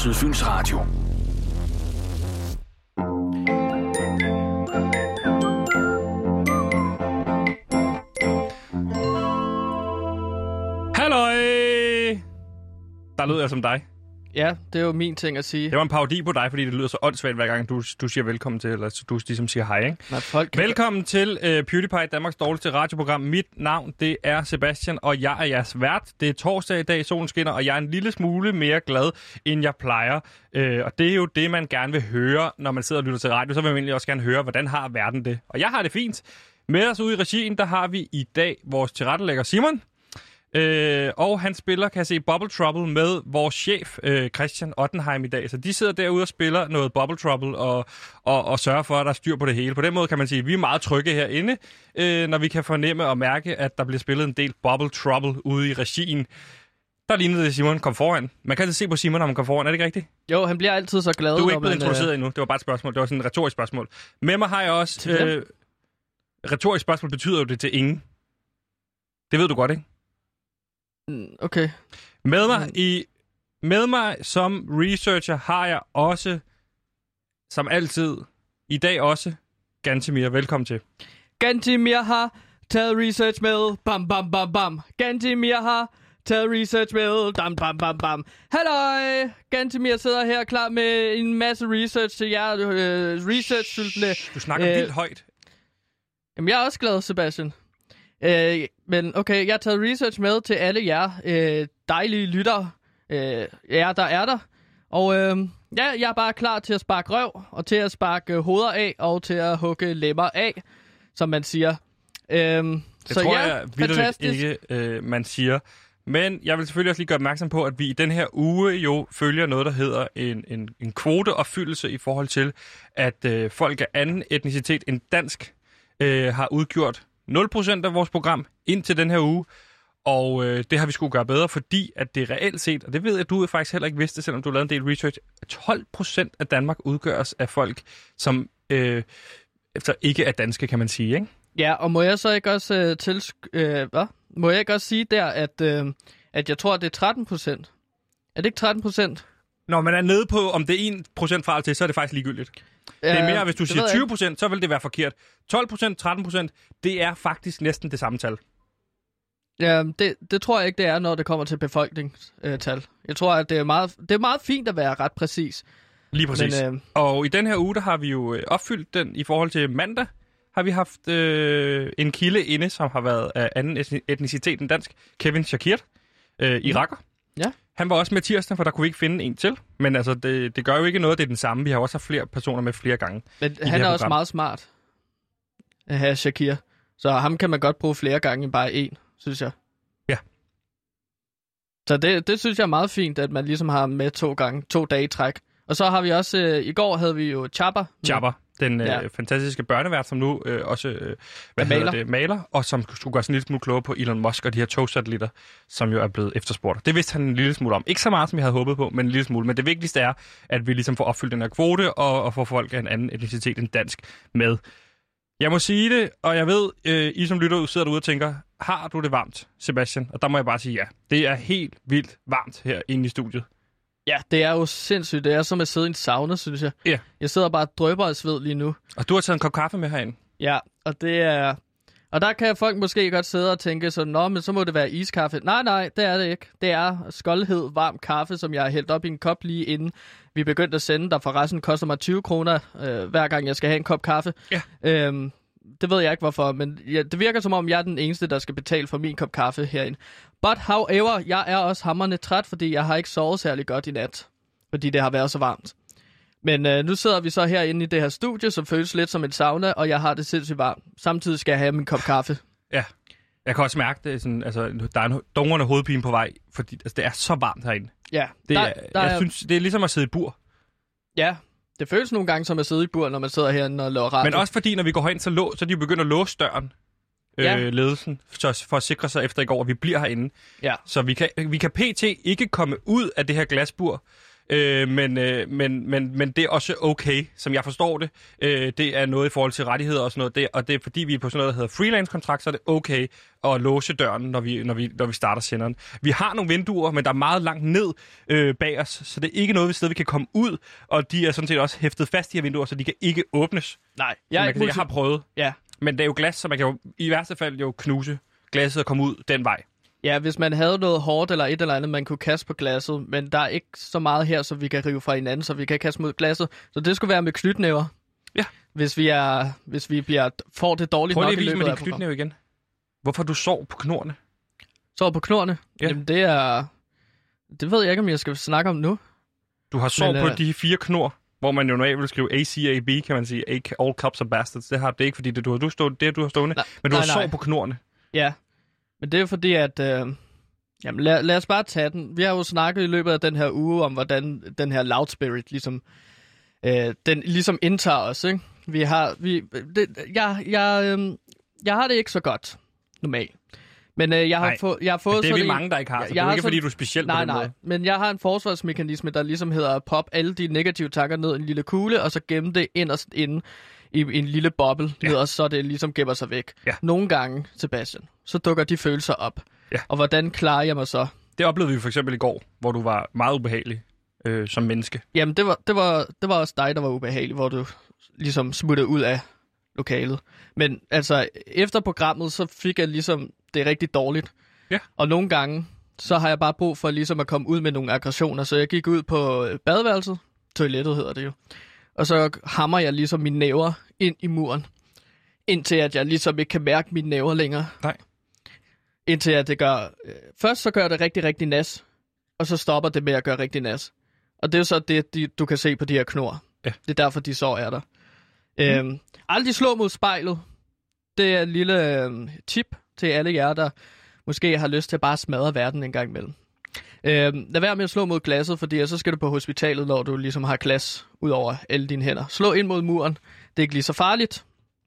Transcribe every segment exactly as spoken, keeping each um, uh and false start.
Sydfyns Radio. Halløj! Der lyder jeg som dig. Ja, det er jo min ting at sige. Det var en parodi på dig, fordi det lyder så åndssvagt, hver gang du, du siger velkommen til, eller du ligesom siger hej, ikke? Nej, folk kan... Velkommen til uh, PewDiePie, Danmarks dårligste radioprogram. Mit navn, det er Sebastian, og jeg er jeres vært. Det er torsdag i dag, solen skinner, og jeg er en lille smule mere glad, end jeg plejer. Uh, og det er jo det, man gerne vil høre, når man sidder og lytter til radio. Så vil man egentlig også gerne høre, hvordan har verden det. Og jeg har det fint. Med os ude i regien, der har vi i dag vores tilrettelægger Simon. Øh, og han spiller, kan jeg se, Bubble Trouble med vores chef, øh, Christian Ottenheim i dag. Så de sidder derude og spiller noget Bubble Trouble og, og, og sørger for, at der er styr på det hele. På den måde kan man sige, at vi er meget trygge herinde, øh, når vi kan fornemme og mærke, at der bliver spillet en del Bubble Trouble ude i regien. Der lignede det, at Simon kom foran. Man kan altid se på Simon, når man kom foran. Er det ikke rigtigt? Jo, han bliver altid så glad. Du er ikke blevet man, introduceret øh... endnu. Det var bare et spørgsmål. Det var sådan et retorisk spørgsmål. Med mig har jeg også... Øh, retorisk spørgsmål betyder jo det til ingen. Det ved du godt, ikke? Okay. Med mig, i, med mig som researcher har jeg også, som altid, i dag også, Gantemir. Velkommen til. Gantemir har taget research med. Bam, bam, bam, bam. Gantemir har taget research med. Bam, bam, bam, bam. Halløj! Gantemir sidder her klar med en masse research til jer. Øh, research-syltende. Du snakker øh, vildt højt. Jamen, jeg er også glad, Sebastian. Øh, men okay, jeg har taget research med til alle jer øh, dejlige lyttere, øh, jer der er der. Og øh, ja, jeg er bare klar til at sparke røv, og til at sparke hoveder af, og til at hugge lemmer af, som man siger. Øh, det så tror ja, jeg vildt ikke, øh, man siger. Men jeg vil selvfølgelig også lige gøre opmærksom på, at vi i den her uge jo følger noget, der hedder en, en, en kvoteopfyldelse i forhold til, at øh, folk af anden etnicitet end dansk øh, har udgjort nul procent af vores program indtil den her uge, og øh, det har vi skulle gøre bedre, fordi at det reelt set, og det ved jeg, at du faktisk heller ikke vidste, selvom du har lavet en del research, tolv procent af Danmark udgøres af folk, som øh, efter ikke er danske, kan man sige, ikke? Ja, og må jeg så ikke også øh, til, øh, hvad? Må jeg ikke også sige der, at, øh, at jeg tror, at det er tretten procent? Er det ikke tretten procent? Når man er nede på, om det er en procent fra til, så er det faktisk ligegyldigt. Det er mere, hvis du siger tyve procent, så vil det være forkert. tolv procent, tretten procent, det er faktisk næsten det samme tal. Ja, det, det tror jeg ikke, det er, når det kommer til befolkningstal. Jeg tror, at det er meget, det er meget fint at være ret præcis. Lige præcis. Men, øh... Og i den her uge, der har vi jo opfyldt den i forhold til mandag. Har vi haft øh, en kilde inde, som har været af anden etnicitet end dansk. Kevin Shakirt, øh, iraker. Ja. Han var også med tirsdag, for der kunne vi ikke finde en til. Men altså, det, det gør jo ikke noget, det er den samme. Vi har også haft flere personer med flere gange. Men han er også meget smart at have Shakir. Så ham kan man godt bruge flere gange end bare én, synes jeg. Ja. Så det, det synes jeg er meget fint, at man ligesom har ham med to gange, to dage i træk. Og så har vi også, øh, i går havde vi jo Chapa. Chapa, den ja. øh, fantastiske børnevært, som nu øh, også øh, hvad maler. Det, maler, og som skulle gøre sådan en lille smule klogere på Elon Musk og de her togsatellitter, som jo er blevet efterspurgt. Det vidste han en lille smule om. Ikke så meget, som jeg havde håbet på, men en lille smule. Men det vigtigste er, at vi ligesom får opfyldt den her kvote, og, og får folk af en anden etnicitet end dansk med. Jeg må sige det, og jeg ved, øh, I som lytter sidder derude og tænker, har du det varmt, Sebastian? Og der må jeg bare sige ja. Det er helt vildt varmt herinde i studiet. Ja, det er jo sindssygt. Det er som at sidde i en sauna, synes jeg. Ja. Jeg sidder bare og drøber af sved lige nu. Og du har taget en kop kaffe med herinde. Ja, og det er... Og der kan folk måske godt sidde og tænke sådan, nå, men så må det være iskaffe. Nej, nej, det er det ikke. Det er skoldhed, varm kaffe, som jeg har hældt op i en kop lige inden vi begyndte at sende, der forresten koster mig tyve kroner, øh, hver gang jeg skal have en kop kaffe. Ja. Øhm, det ved jeg ikke, hvorfor, men ja, det virker som om, jeg er den eneste, der skal betale for min kop kaffe herinde. But however, jeg er også hamrende træt, fordi jeg har ikke sovet særlig godt i nat, fordi det har været så varmt. Men øh, nu sidder vi så herinde i det her studie, som føles lidt som en sauna, og jeg har det sindssygt varmt. Samtidig skal jeg have min kop kaffe. Ja, jeg kan også mærke det. Sådan, altså, der er en dungerne hovedpine på vej, fordi altså, det er så varmt herinde. Ja, det der, er, der jeg er... synes, det er ligesom at sidde i bur. Ja, det føles nogle gange som at sidde i bur, når man sidder herinde og laver radio. Men også fordi, når vi går herind, så, lå, så er de jo begyndt at låse døren, ja. øh, ledelsen, så, for at sikre sig efter i går, at vi bliver herinde. Ja. Så vi kan, vi kan pt. ikke komme ud af det her glasbur, øh, men, øh, men, men, men det er også okay, som jeg forstår det. Øh, det er noget i forhold til rettigheder og sådan noget, det, og det er fordi, vi er på sådan noget, der hedder freelance-kontrakt, så er det okay at låse døren, når vi, når vi, når vi starter senderen. Vi har nogle vinduer, men der er meget langt ned øh, bag os, så det er ikke noget, sted vi kan komme ud, og de er sådan set også hæftet fast, de her vinduer, så de kan ikke åbnes. Nej, jeg, jeg, kan, jeg har prøvet. Ja. Men det er jo glas, så man kan jo i værste fald jo knuse glasset og komme ud den vej. Ja, hvis man havde noget hårdt eller et eller andet, man kunne kaste på glasset, men der er ikke så meget her, så vi kan rive fra hinanden, så vi kan kaste mod glasset. Så det skulle være med knytnæver. Ja. Hvis vi, er, hvis vi bliver, får det dårligt nok i løbet af programmet. Prøv lige at vise med din knytnæve igen. Hvorfor du sov på knorene? Sov på knorene? Ja. Jamen det er... Det ved jeg ikke, om jeg skal snakke om nu. Du har sovet på øh... de fire knor, hvor man jo normalt vil skrive A C A B, kan man sige. All cups are bastards. Det har det ikke, fordi det du har, du stået, det, du har stående. Nej, men du nej, har sovet på knorene. Ja, men det er fordi, at... Øh... Jamen lad, lad os bare tage den. Vi har jo snakket i løbet af den her uge om, hvordan den her loud spirit ligesom... Øh, den ligesom indtager os, ikke? Vi har... Vi, det, jeg, jeg, øh, jeg har det ikke så godt, normalt. Men øh, jeg, har få, jeg har fået men det er sådan vi mange, der ikke har, så jeg, det er jeg ikke, sådan, fordi du er specielt nej, på den nej, måde. Men jeg har en forsvarsmekanisme, der ligesom hedder pop alle de negative tanker ned i en lille kugle, og så gemme det inderst inde i, i en lille boble, ja. Nederst, så det ligesom gemmer sig væk. Ja. Nogle gange, Sebastian, så dukker de følelser op. Ja. Og hvordan klarer jeg mig så? Det oplevede vi for eksempel i går, hvor du var meget ubehagelig øh, som menneske. Jamen, det var, det, var, det var også dig, der var ubehagelig, hvor du ligesom smuttede ud af lokalet. Men altså, efter programmet, så fik jeg ligesom det rigtig dårligt. Ja. Og nogle gange, så har jeg bare brug for ligesom at komme ud med nogle aggressioner. Så jeg gik ud på badeværelset, toilettet hedder det jo, og så hammer jeg ligesom mine næver ind i muren, indtil at jeg ligesom ikke kan mærke mine næver længere. Nej. Indtil at det gør... Øh, først så gør det rigtig, rigtig nas, og så stopper det med at gøre rigtig nas. Og det er jo så det, de, du kan se på de her knor. Ja. Det er derfor, de så er der. Mm. Øhm, aldrig slå mod spejlet. Det er et lille øh, tip til alle jer, der måske har lyst til at bare smadre verden en gang imellem. Øhm, lad være med at slå mod glasset, fordi så skal du på hospitalet, når du ligesom har glas ud over alle dine hænder. Slå ind mod muren. Det er ikke lige så farligt.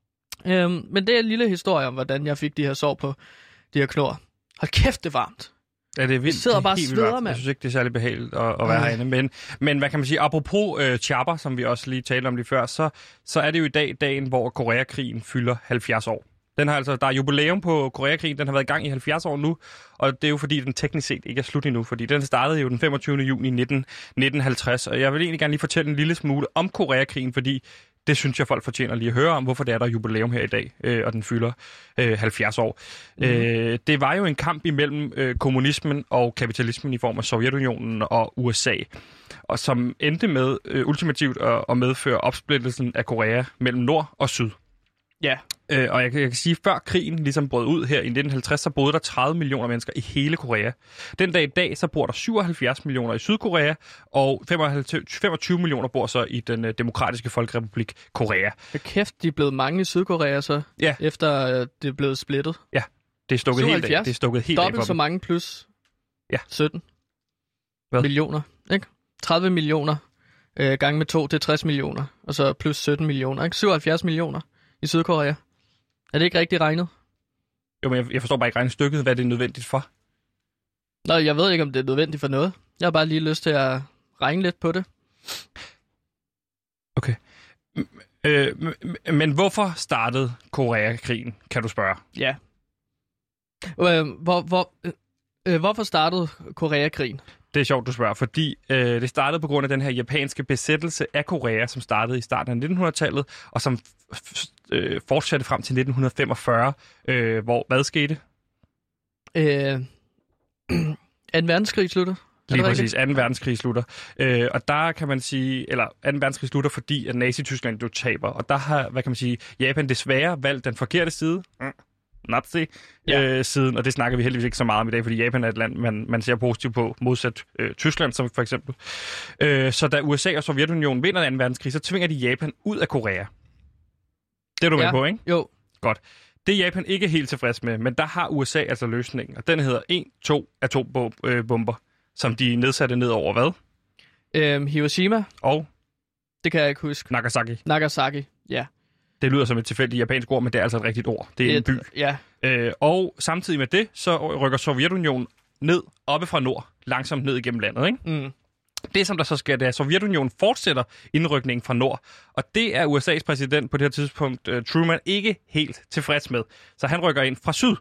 Øhm, men det er en lille historie om, hvordan jeg fik de her sår på de her knor. Hold kæft, det er varmt. Ja, det er vildt. Vi sidder bare helt sveder, mand. Jeg synes ikke, det er særlig behageligt at, at være okay. herinde. Men, men hvad kan man sige? Apropos øh, Chapa, som vi også lige talte om lige før, så, så er det jo i dag dagen, hvor Koreakrigen fylder halvfjerds år. Den har altså, der er jubilæum på Koreakrigen, den har været i gang i halvfjerds år nu, og det er jo fordi, den teknisk set ikke er slut endnu, fordi den startede jo den femogtyvende juni nitten halvtreds, og jeg vil egentlig gerne lige fortælle en lille smule om Koreakrigen, fordi det synes jeg, folk fortjener lige at høre om, hvorfor det er, der er jubilæum her i dag, øh, og den fylder øh, halvfjerds år. Mm. Øh, det var jo en kamp imellem øh, kommunismen og kapitalismen i form af Sovjetunionen og U S A, og som endte med øh, ultimativt at, at medføre opsplittelsen af Korea mellem nord og syd. Ja. Øh, og jeg kan, jeg kan sige, før krigen ligesom brød ud her i nitten halvtreds, så boede der tredive millioner mennesker i hele Korea. Den dag i dag, så bor der syvoghalvfjerds millioner i Sydkorea, og femogtyve millioner bor så i den uh, demokratiske folkerepublik Korea. Ja, kæft, de er blevet mange i Sydkorea så, ja. efter uh, det er blevet splittet. Ja, det er stukket helt af. Det er stukket helt Dobbelt af så mange plus ja. sytten Hvad? millioner, ikke? tredive millioner øh, gange med to, det er tres millioner, og så plus sytten millioner, ikke? syvoghalvfjerds millioner i Sydkorea. Er det ikke rigtigt regnet? Jo, men jeg, jeg forstår bare ikke regnestykket, hvad det er nødvendigt for. Nå, jeg ved ikke, om det er nødvendigt for noget. Jeg har bare lige lyst til at regne lidt på det. Okay. Øh, men hvorfor startede Koreakrigen, kan du spørge? Ja. Øh, hvor, hvor, øh, hvorfor startede Koreakrigen? Det er sjovt, du spørger, fordi øh, det startede på grund af den her japanske besættelse af Korea, som startede i starten af nittenhundredetallet, og som f- øh, fortsatte frem til nitten femogfyrre, øh, hvor hvad skete? Øh, anden verdenskrig slutter. Lige præcis, anden verdenskrig slutter. Øh, og der kan man sige, eller anden verdenskrig slutter, fordi at Nazi-Tyskland jo taber. Og der har, hvad kan man sige, Japan desværre valgt den forkerte side. Mm. Nazi-siden, ja. Og det snakker vi heldigvis ikke så meget om i dag, fordi Japan er et land, man, man ser positivt på, modsat øh, Tyskland som for eksempel. Øh, så da U S A og Sovjetunionen vinder anden verdenskrig, så tvinger de Japan ud af Korea. Det er du ja. med på, ikke? Jo. Godt. Det er Japan ikke helt tilfreds med, men der har U S A altså løsningen, og den hedder en to atombomber, som de nedsatte ned over hvad? Øhm, Hiroshima. Og? Det kan jeg ikke huske. Nagasaki. Nagasaki, ja. Det lyder som et tilfældigt japansk ord, men det er altså et rigtigt ord. Det er et, en by. Ja. Øh, og samtidig med det, så rykker Sovjetunionen ned oppe fra nord, langsomt ned igennem landet, ikke? Mm. Det, som der så sker, det er, at Sovjetunionen fortsætter indrykningen fra nord. Og det er U S A's præsident på det her tidspunkt, uh, Truman, ikke helt tilfreds med. Så han rykker ind fra syd.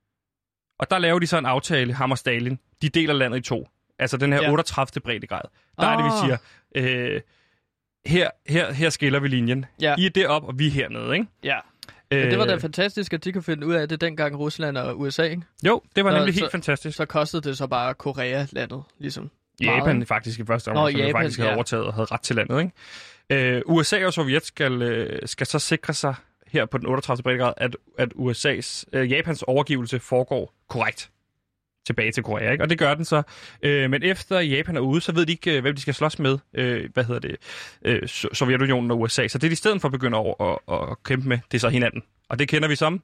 Og der laver de så en aftale, ham og Stalin. De deler landet i to. Altså den her ja. otteogtredivte breddegrad. Der oh. er det, vi siger, øh, her, her, her skiller vi linjen. Ja. I er deroppe, og vi er hernede, ikke? Ja. Men det var da fantastisk, at de kunne finde ud af det dengang Rusland og U S A, ikke? Jo, det var så, nemlig helt så, fantastisk. Så kostede det så bare Korea-landet, ligesom. Japan meget. Faktisk i første omgang, som Japan, faktisk havde ja. overtaget og havde ret til landet, ikke? Øh, U S A og Sovjet skal, øh, skal så sikre sig her på den otteogtredivte breddegrad, at, at U S A's, øh, Japans overgivelse foregår korrekt tilbage til Korea, ikke? Og det gør den så. Øh, men efter Japan er ude, så ved de ikke, hvem de skal slås med. Øh, hvad hedder det? Øh, Sovjetunionen og U S A. Så det, de i stedet for begynder at, at, at kæmpe med, det er så hinanden. Og det kender vi som?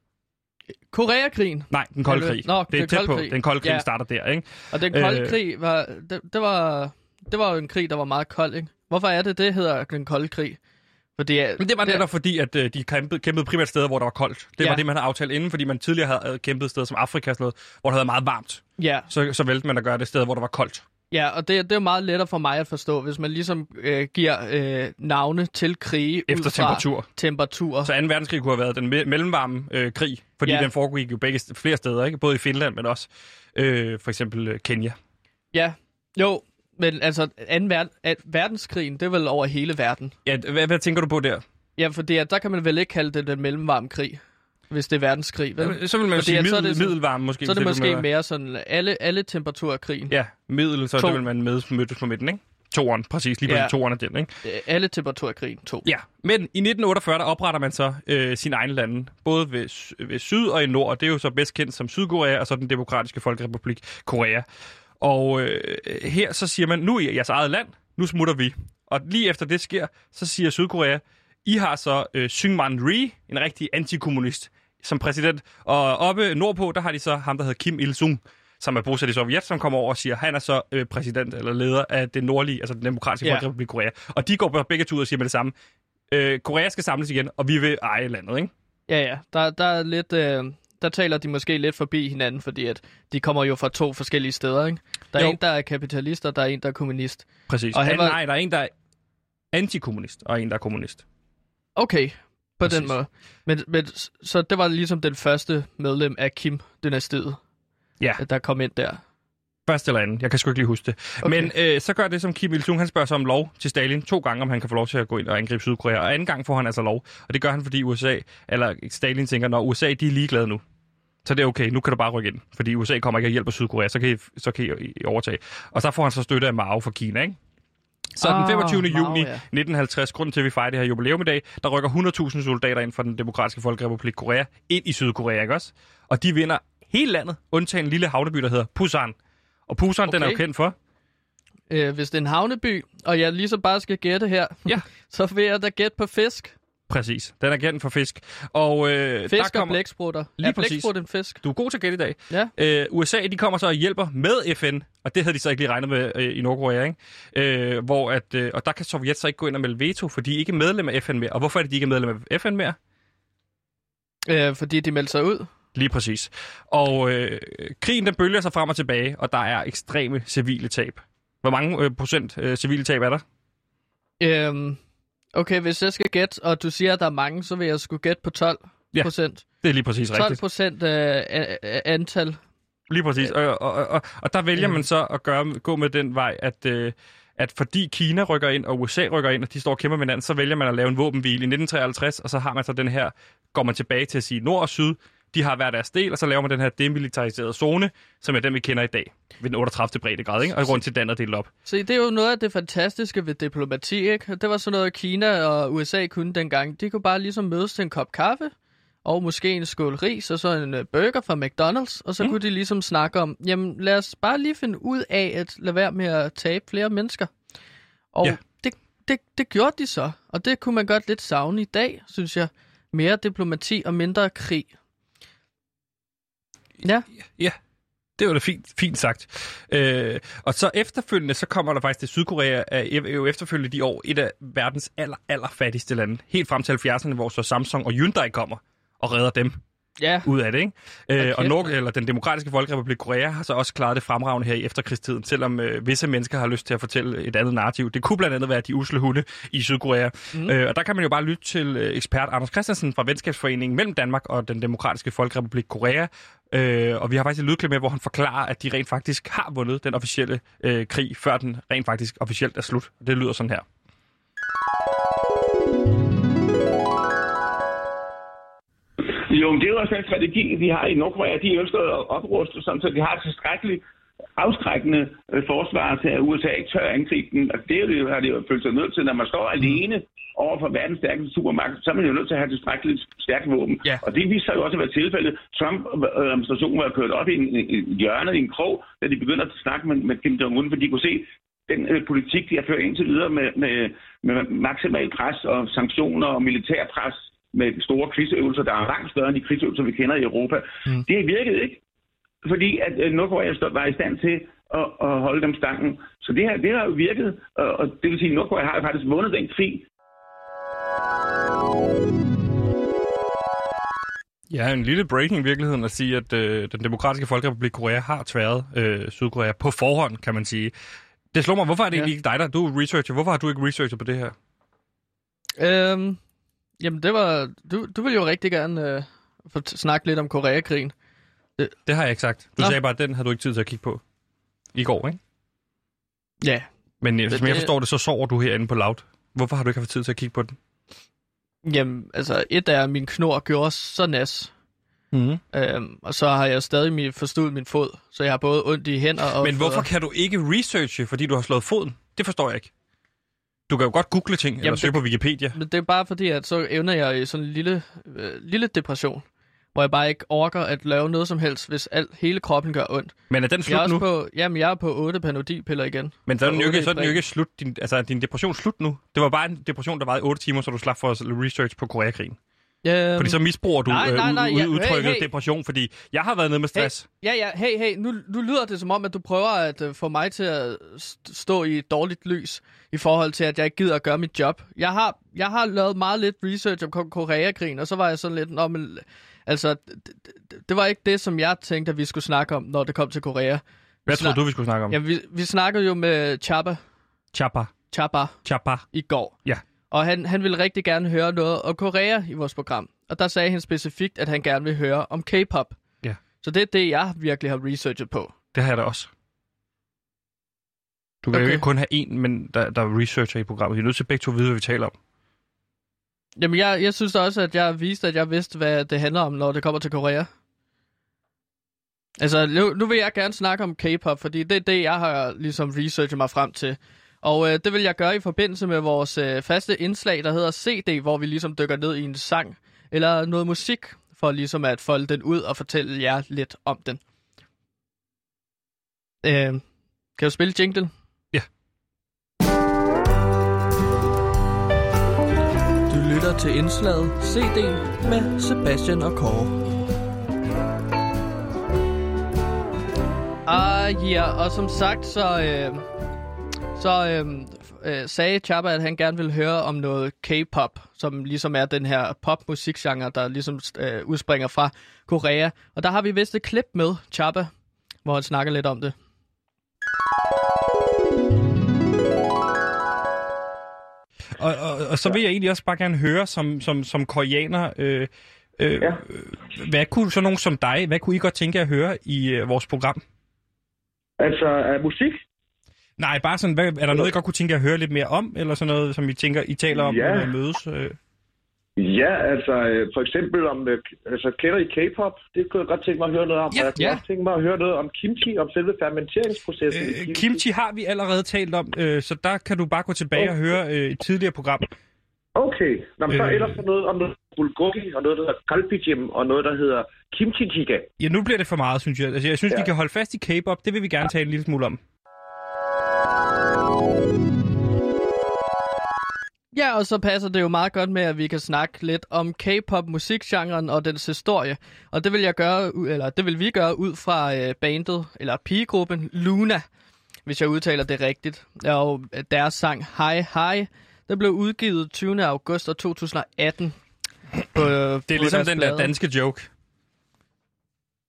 Koreakrigen? Nej, den kolde krig. Nå, det er tæt på. Den kolde krig ja. starter der, ikke? Og den kolde øh, krig var det, det var det var jo en krig, der var meget kold, ikke? Hvorfor er det, det hedder den kolde krig? Fordi, Men det var det, netop fordi, at øh, de kæmpede, kæmpede primært steder, hvor der var koldt. Det ja. var det, man havde aftalt inden, fordi man tidligere havde kæmpet steder som Afrika, sådan noget, hvor det havde meget varmt. Ja. Så, så valgte man at gøre det sted, hvor der var koldt. Ja, og det, det er meget lettere for mig at forstå, hvis man ligesom øh, giver øh, navne til krige efter ud fra temperatur. temperatur. Så anden verdenskrig kunne have været den me- mellemvarme øh, krig, fordi ja. den foregik jo begge flere steder, ikke? Både i Finland, men også øh, for eksempel øh, Kenya. Ja, jo, men altså anden ver- at verdenskrigen, det er vel over hele verden. Ja, hvad, hvad tænker du på der? Ja, for der kan man vel ikke kalde det den mellemvarme krig, hvis det er verdenskrig, vel? Ja, så vil man jo sige middel, middelvarme måske. Så er det måske med... mere sådan alle, alle temperaturer af krigen. Ja, middel, så to. Det vil man med, mødes på midten, ikke? Toeren, præcis, lige på ja. toeren af den, ikke? Alle temperaturer af krigen, to. Ja, men i nitten otteogfyrre, der opretter man så øh, sine egne lande, både ved, ved syd og i nord, og det er jo så bedst kendt som Sydkorea, og så den demokratiske folkerepublik Korea. Og øh, her så siger man, nu er I jeres eget land, nu smutter vi. Og lige efter det sker, så siger Sydkorea, I har så øh, Syngman Rhee, en rigtig antikommunist, som præsident. Og oppe nordpå, der har de så ham, der hedder Kim Il-sung, som er bosat i Sovjet, som kommer over og siger, han er så øh, præsident eller leder af det nordlige, altså den demokratiske yeah. folkerepublik Korea. Og de går begge to ud og siger med det samme, øh, Korea skal samles igen, og vi vil eje landet, ikke? Ja, ja. Der, der er lidt... Øh... Der taler de måske lidt forbi hinanden, fordi at de kommer jo fra to forskellige steder, ikke? Der er jo. en, der er kapitalist, og der er en, der er kommunist. Præcis. Og han var... Nej, der er en, der er antikommunist, og en, der er kommunist. Okay, på Præcis. den måde. Men, men, så det var ligesom den første medlem af Kim-dynastiet, ja. der kom ind der. Første eller anden. Jeg kan sgu ikke lige huske det. Okay. Men øh, så gør det, som Kim Il-sung, han spørger sig om lov til Stalin to gange, om han kan få lov til at gå ind og angribe Sydkorea. Og anden gang får han altså lov. Og det gør han, fordi U S A, eller Stalin tænker, når U S A, de er ligeglade nu. Så det er okay, nu kan du bare rykke ind. Fordi U S A kommer ikke og hjælper Sydkorea, så kan I, så kan I, I overtage. Og så får han så støtte af Mao fra Kina, ikke? Så oh, den femogtyvende juni ja. nitten halvtreds, grunden til, at vi fejrer det her jubilæum i dag, der rykker hundrede tusind soldater ind fra den demokratiske folkerepublik Korea ind i Sydkorea, ikke også? Og de vinder hele landet, undtagen en lille havneby, der hedder Busan. Og Busan, okay. den er jo kendt for? Øh, hvis det er en havneby, og jeg lige så bare skal gætte her, ja. så vil jeg da gætte på fisk. Præcis. Den er kendt for fisk. Og, øh, fisk der kommer... og blæksprutter. Lige er blæksprut en fisk? Du er god til at gætte i dag. Ja. Øh, U S A, de kommer så og hjælper med F N, og det havde de så ikke lige regnet med øh, i Nordkorea, ikke? Øh, hvor at, øh, og der kan Sovjet så ikke gå ind og melde veto, for de er ikke medlem af F N mere. Og hvorfor er det, de ikke er medlem af F N mere? Øh, fordi de meldte sig ud. Lige præcis. Og øh, krigen, den bølger sig frem og tilbage, og der er ekstreme civile tab. Hvor mange øh, procent øh, civile tab er der? Øhm, okay, hvis jeg skal gætte, og du siger, at der er mange, så vil jeg sgu gætte på tolv procent. Ja, det er lige præcis rigtigt. tolv procent af øh, antal. Lige præcis. Og, og, og, og der vælger man så at gøre, gå med den vej, at, øh, at fordi Kina rykker ind, og U S A rykker ind, og de står og kæmper med hinanden, så vælger man at lave en våbenhvile i nitten treoghalvtreds, og så har man så den her, går man tilbage til at sige nord og syd, de har hver deres del, og så laver man den her demilitariserede zone, som er den, vi kender i dag, ved den otteogtredivte breddegrad, ikke? Og rundt til den er delt op. Så det er jo noget af det fantastiske ved diplomati, ikke? Det var sådan noget, Kina og U S A kunne dengang. De kunne bare ligesom mødes til en kop kaffe, og måske en skål ris, og så en burger fra McDonald's, og så mm. kunne de ligesom snakke om, jamen lad os bare lige finde ud af at lade være med at tabe flere mennesker. Og ja. det, det, det gjorde de så, og det kunne man godt lidt savne i dag, synes jeg. Mere diplomati og mindre krig. Ja. Ja, det var da fint, fint sagt. Øh, og så efterfølgende, så kommer der faktisk til Sydkorea, er jo efterfølgende de år et af verdens aller, aller fattigste lande. Helt frem til halvfjerdserne, hvor så Samsung og Hyundai kommer og redder dem. ja. ud af det, ikke? Okay. Øh, og Nord- eller den demokratiske folkerepublik Korea har så også klaret det fremragende her i efterkrigstiden, selvom øh, visse mennesker har lyst til at fortælle et andet narrativ. Det kunne blandt andet være de usle hunde i Sydkorea. Mm. Øh, og der kan man jo bare lytte til øh, ekspert Anders Christensen fra Venskabsforeningen mellem Danmark og den demokratiske folkerepublik Korea. Øh, og vi har faktisk et lydklip med, hvor han forklarer, at de rent faktisk har vundet den officielle øh, krig, før den rent faktisk officielt er slut. Det lyder sådan her. Jo, men det er jo også en strategi, de har i Nordkorea. De ønsker at opruste, sådan, så de har et tilstrækkeligt afskrækkende øh, forsvar til, at U S A ikke tør angribe den. Og det er jo, har det jo følt sig nødt til. Når man står alene over for verdens stærkeste supermagt, så er man jo nødt til at have tilstrækkeligt stærkt våben. Ja. Og det viser sig jo også at være tilfældet. Trump-administrationen var kørt op i en, en hjørne, i en krog, da de begynder at snakke med, med Kim Jong-un, fordi de kunne se, den øh, politik, de har ført indtil videre med, med, med maksimal pres og sanktioner og militærpres, med store krigsøvelser, der er langt større end de krigsøvelser, vi kender i Europa. Mm. Det virkede ikke, fordi at Nordkorea var i stand til at, at holde dem stangen. Så det her, det har jo virket, og det vil sige, at Nordkorea har faktisk vundet den krig. Ja, en lille breaking i virkeligheden at sige, at øh, den demokratiske folkerepublik Korea har tværet øh, Sydkorea på forhånd, kan man sige. Det slår mig, hvorfor er det ja. egentlig ikke dig, der du er researcher? Hvorfor har du ikke researchet på det her? Øhm... Jamen, det var... Du, du ville jo rigtig gerne øh, få snakke lidt om Koreakrigen. Det, det har jeg ikke sagt. Du Nå. sagde bare, at den havde du ikke tid til at kigge på. I går, ikke? Ja. Men det, som jeg forstår det, så sover du herinde på Loud. Hvorfor har du ikke haft tid til at kigge på den? Jamen, altså, et af min knor gjorde så nas. Mm-hmm. Øhm, og så har jeg stadig forstået min fod. Så jeg har både ondt i hænder og... Men hvorfor kan du ikke researche, fordi du har slået foden? Det forstår jeg ikke. Du kan jo godt google ting, Jamen, eller søge det, på Wikipedia. Men det er bare fordi, at så evner jeg i sådan en lille, øh, lille depression, hvor jeg bare ikke orker at lave noget som helst, hvis alt, hele kroppen gør ondt. Men er den slut jeg er nu? På, jamen, jeg er på otte Panodil-piller igen. Men så er den jo ikke, så er den jo ikke slut. Din, altså, er din depression slut nu? Det var bare en depression, der var i otte timer, så du slap for research på Koreakrigen. Um, fordi så misbruger du nej, nej, nej, øh, ud, udtrykket hey, hey. depression, fordi jeg har været nede med stress. Hey, ja, ja, hey, hey, nu, nu lyder det som om, at du prøver at uh, få mig til at stå i et dårligt lys, i forhold til, at jeg ikke gider at gøre mit job. Jeg har, jeg har lavet meget lidt research om Koreakrigen, og så var jeg sådan lidt, Nå, men, altså, det, det, det var ikke det, som jeg tænkte, at vi skulle snakke om, når det kom til Korea. Hvad troede du, vi skulle snakke om? Ja, vi, vi snakkede jo med Chapa. Chapa. Chapa. Chapa. I går. Ja. Og han, han ville rigtig gerne høre noget om Korea i vores program. Og der sagde han specifikt, at han gerne vil høre om K-pop. Ja. Så det er det, jeg virkelig har researchet på. Det har jeg da også. Du kan okay. jo ikke kun have en, men der, der researcher i programmet. Vi er nødt til begge to at vide, hvad vi taler om. Jamen, jeg, jeg synes da også, at jeg viste, at jeg vidste, hvad det handler om, når det kommer til Korea. Altså, nu, nu vil jeg gerne snakke om K-pop, fordi det er det, jeg har ligesom researchet mig frem til. Og øh, det vil jeg gøre i forbindelse med vores øh, faste indslag, der hedder C D, hvor vi ligesom dykker ned i en sang eller noget musik, for ligesom at folde den ud og fortælle jer lidt om den. Øh, kan du spille jingle? Ja. Du lytter til indslaget C D med Sebastian og Kåre. Ah, ja, yeah. Og som sagt, så... Øh, Så øhm, øh, sagde Chapa, at han gerne ville høre om noget K-pop, som ligesom er den her popmusikgenre, der ligesom øh, udspringer fra Korea. Og der har vi vist et klip med Chapa, hvor han snakker lidt om det. Og, og, og så vil jeg egentlig også bare gerne høre som, som, som koreaner, øh, øh, ja. hvad kunne så nogen som dig, hvad kunne I godt tænke at høre i øh, vores program? Altså uh, musik? Nej, bare sådan, hvad, er der noget, I godt kunne tænke at høre lidt mere om, eller sådan noget, som I tænker, I taler om, ja. når I mødes? Øh? Ja, altså for eksempel om, altså kender I K-pop? Det kunne jeg godt tænke mig at høre noget om. Ja, jeg kunne ja. også tænke mig at høre noget om kimchi, om selve fermenteringsprocessen. Øh, kimchi. kimchi har vi allerede talt om, øh, så der kan du bare gå tilbage okay. og høre øh, et tidligere program. Okay, Nå, men så øh, ellers noget om noget bulgogi, og noget, der hedder kalpijim, og noget, der hedder kimchi jjigae. Ja, nu bliver det for meget, synes jeg. Altså, jeg synes, ja. vi kan holde fast i K-pop. Det vil vi gerne tale en lille smule om. Ja, og så passer det jo meget godt med, at vi kan snakke lidt om K-pop musikgenren og dens historie. Og det vil jeg gøre, eller det vil vi gøre ud fra øh, bandet eller pigegruppen Luna, hvis jeg udtaler det rigtigt. Og deres sang Hi Hi, den blev udgivet tyvende august to tusind atten. På, det er ligesom den der danske joke.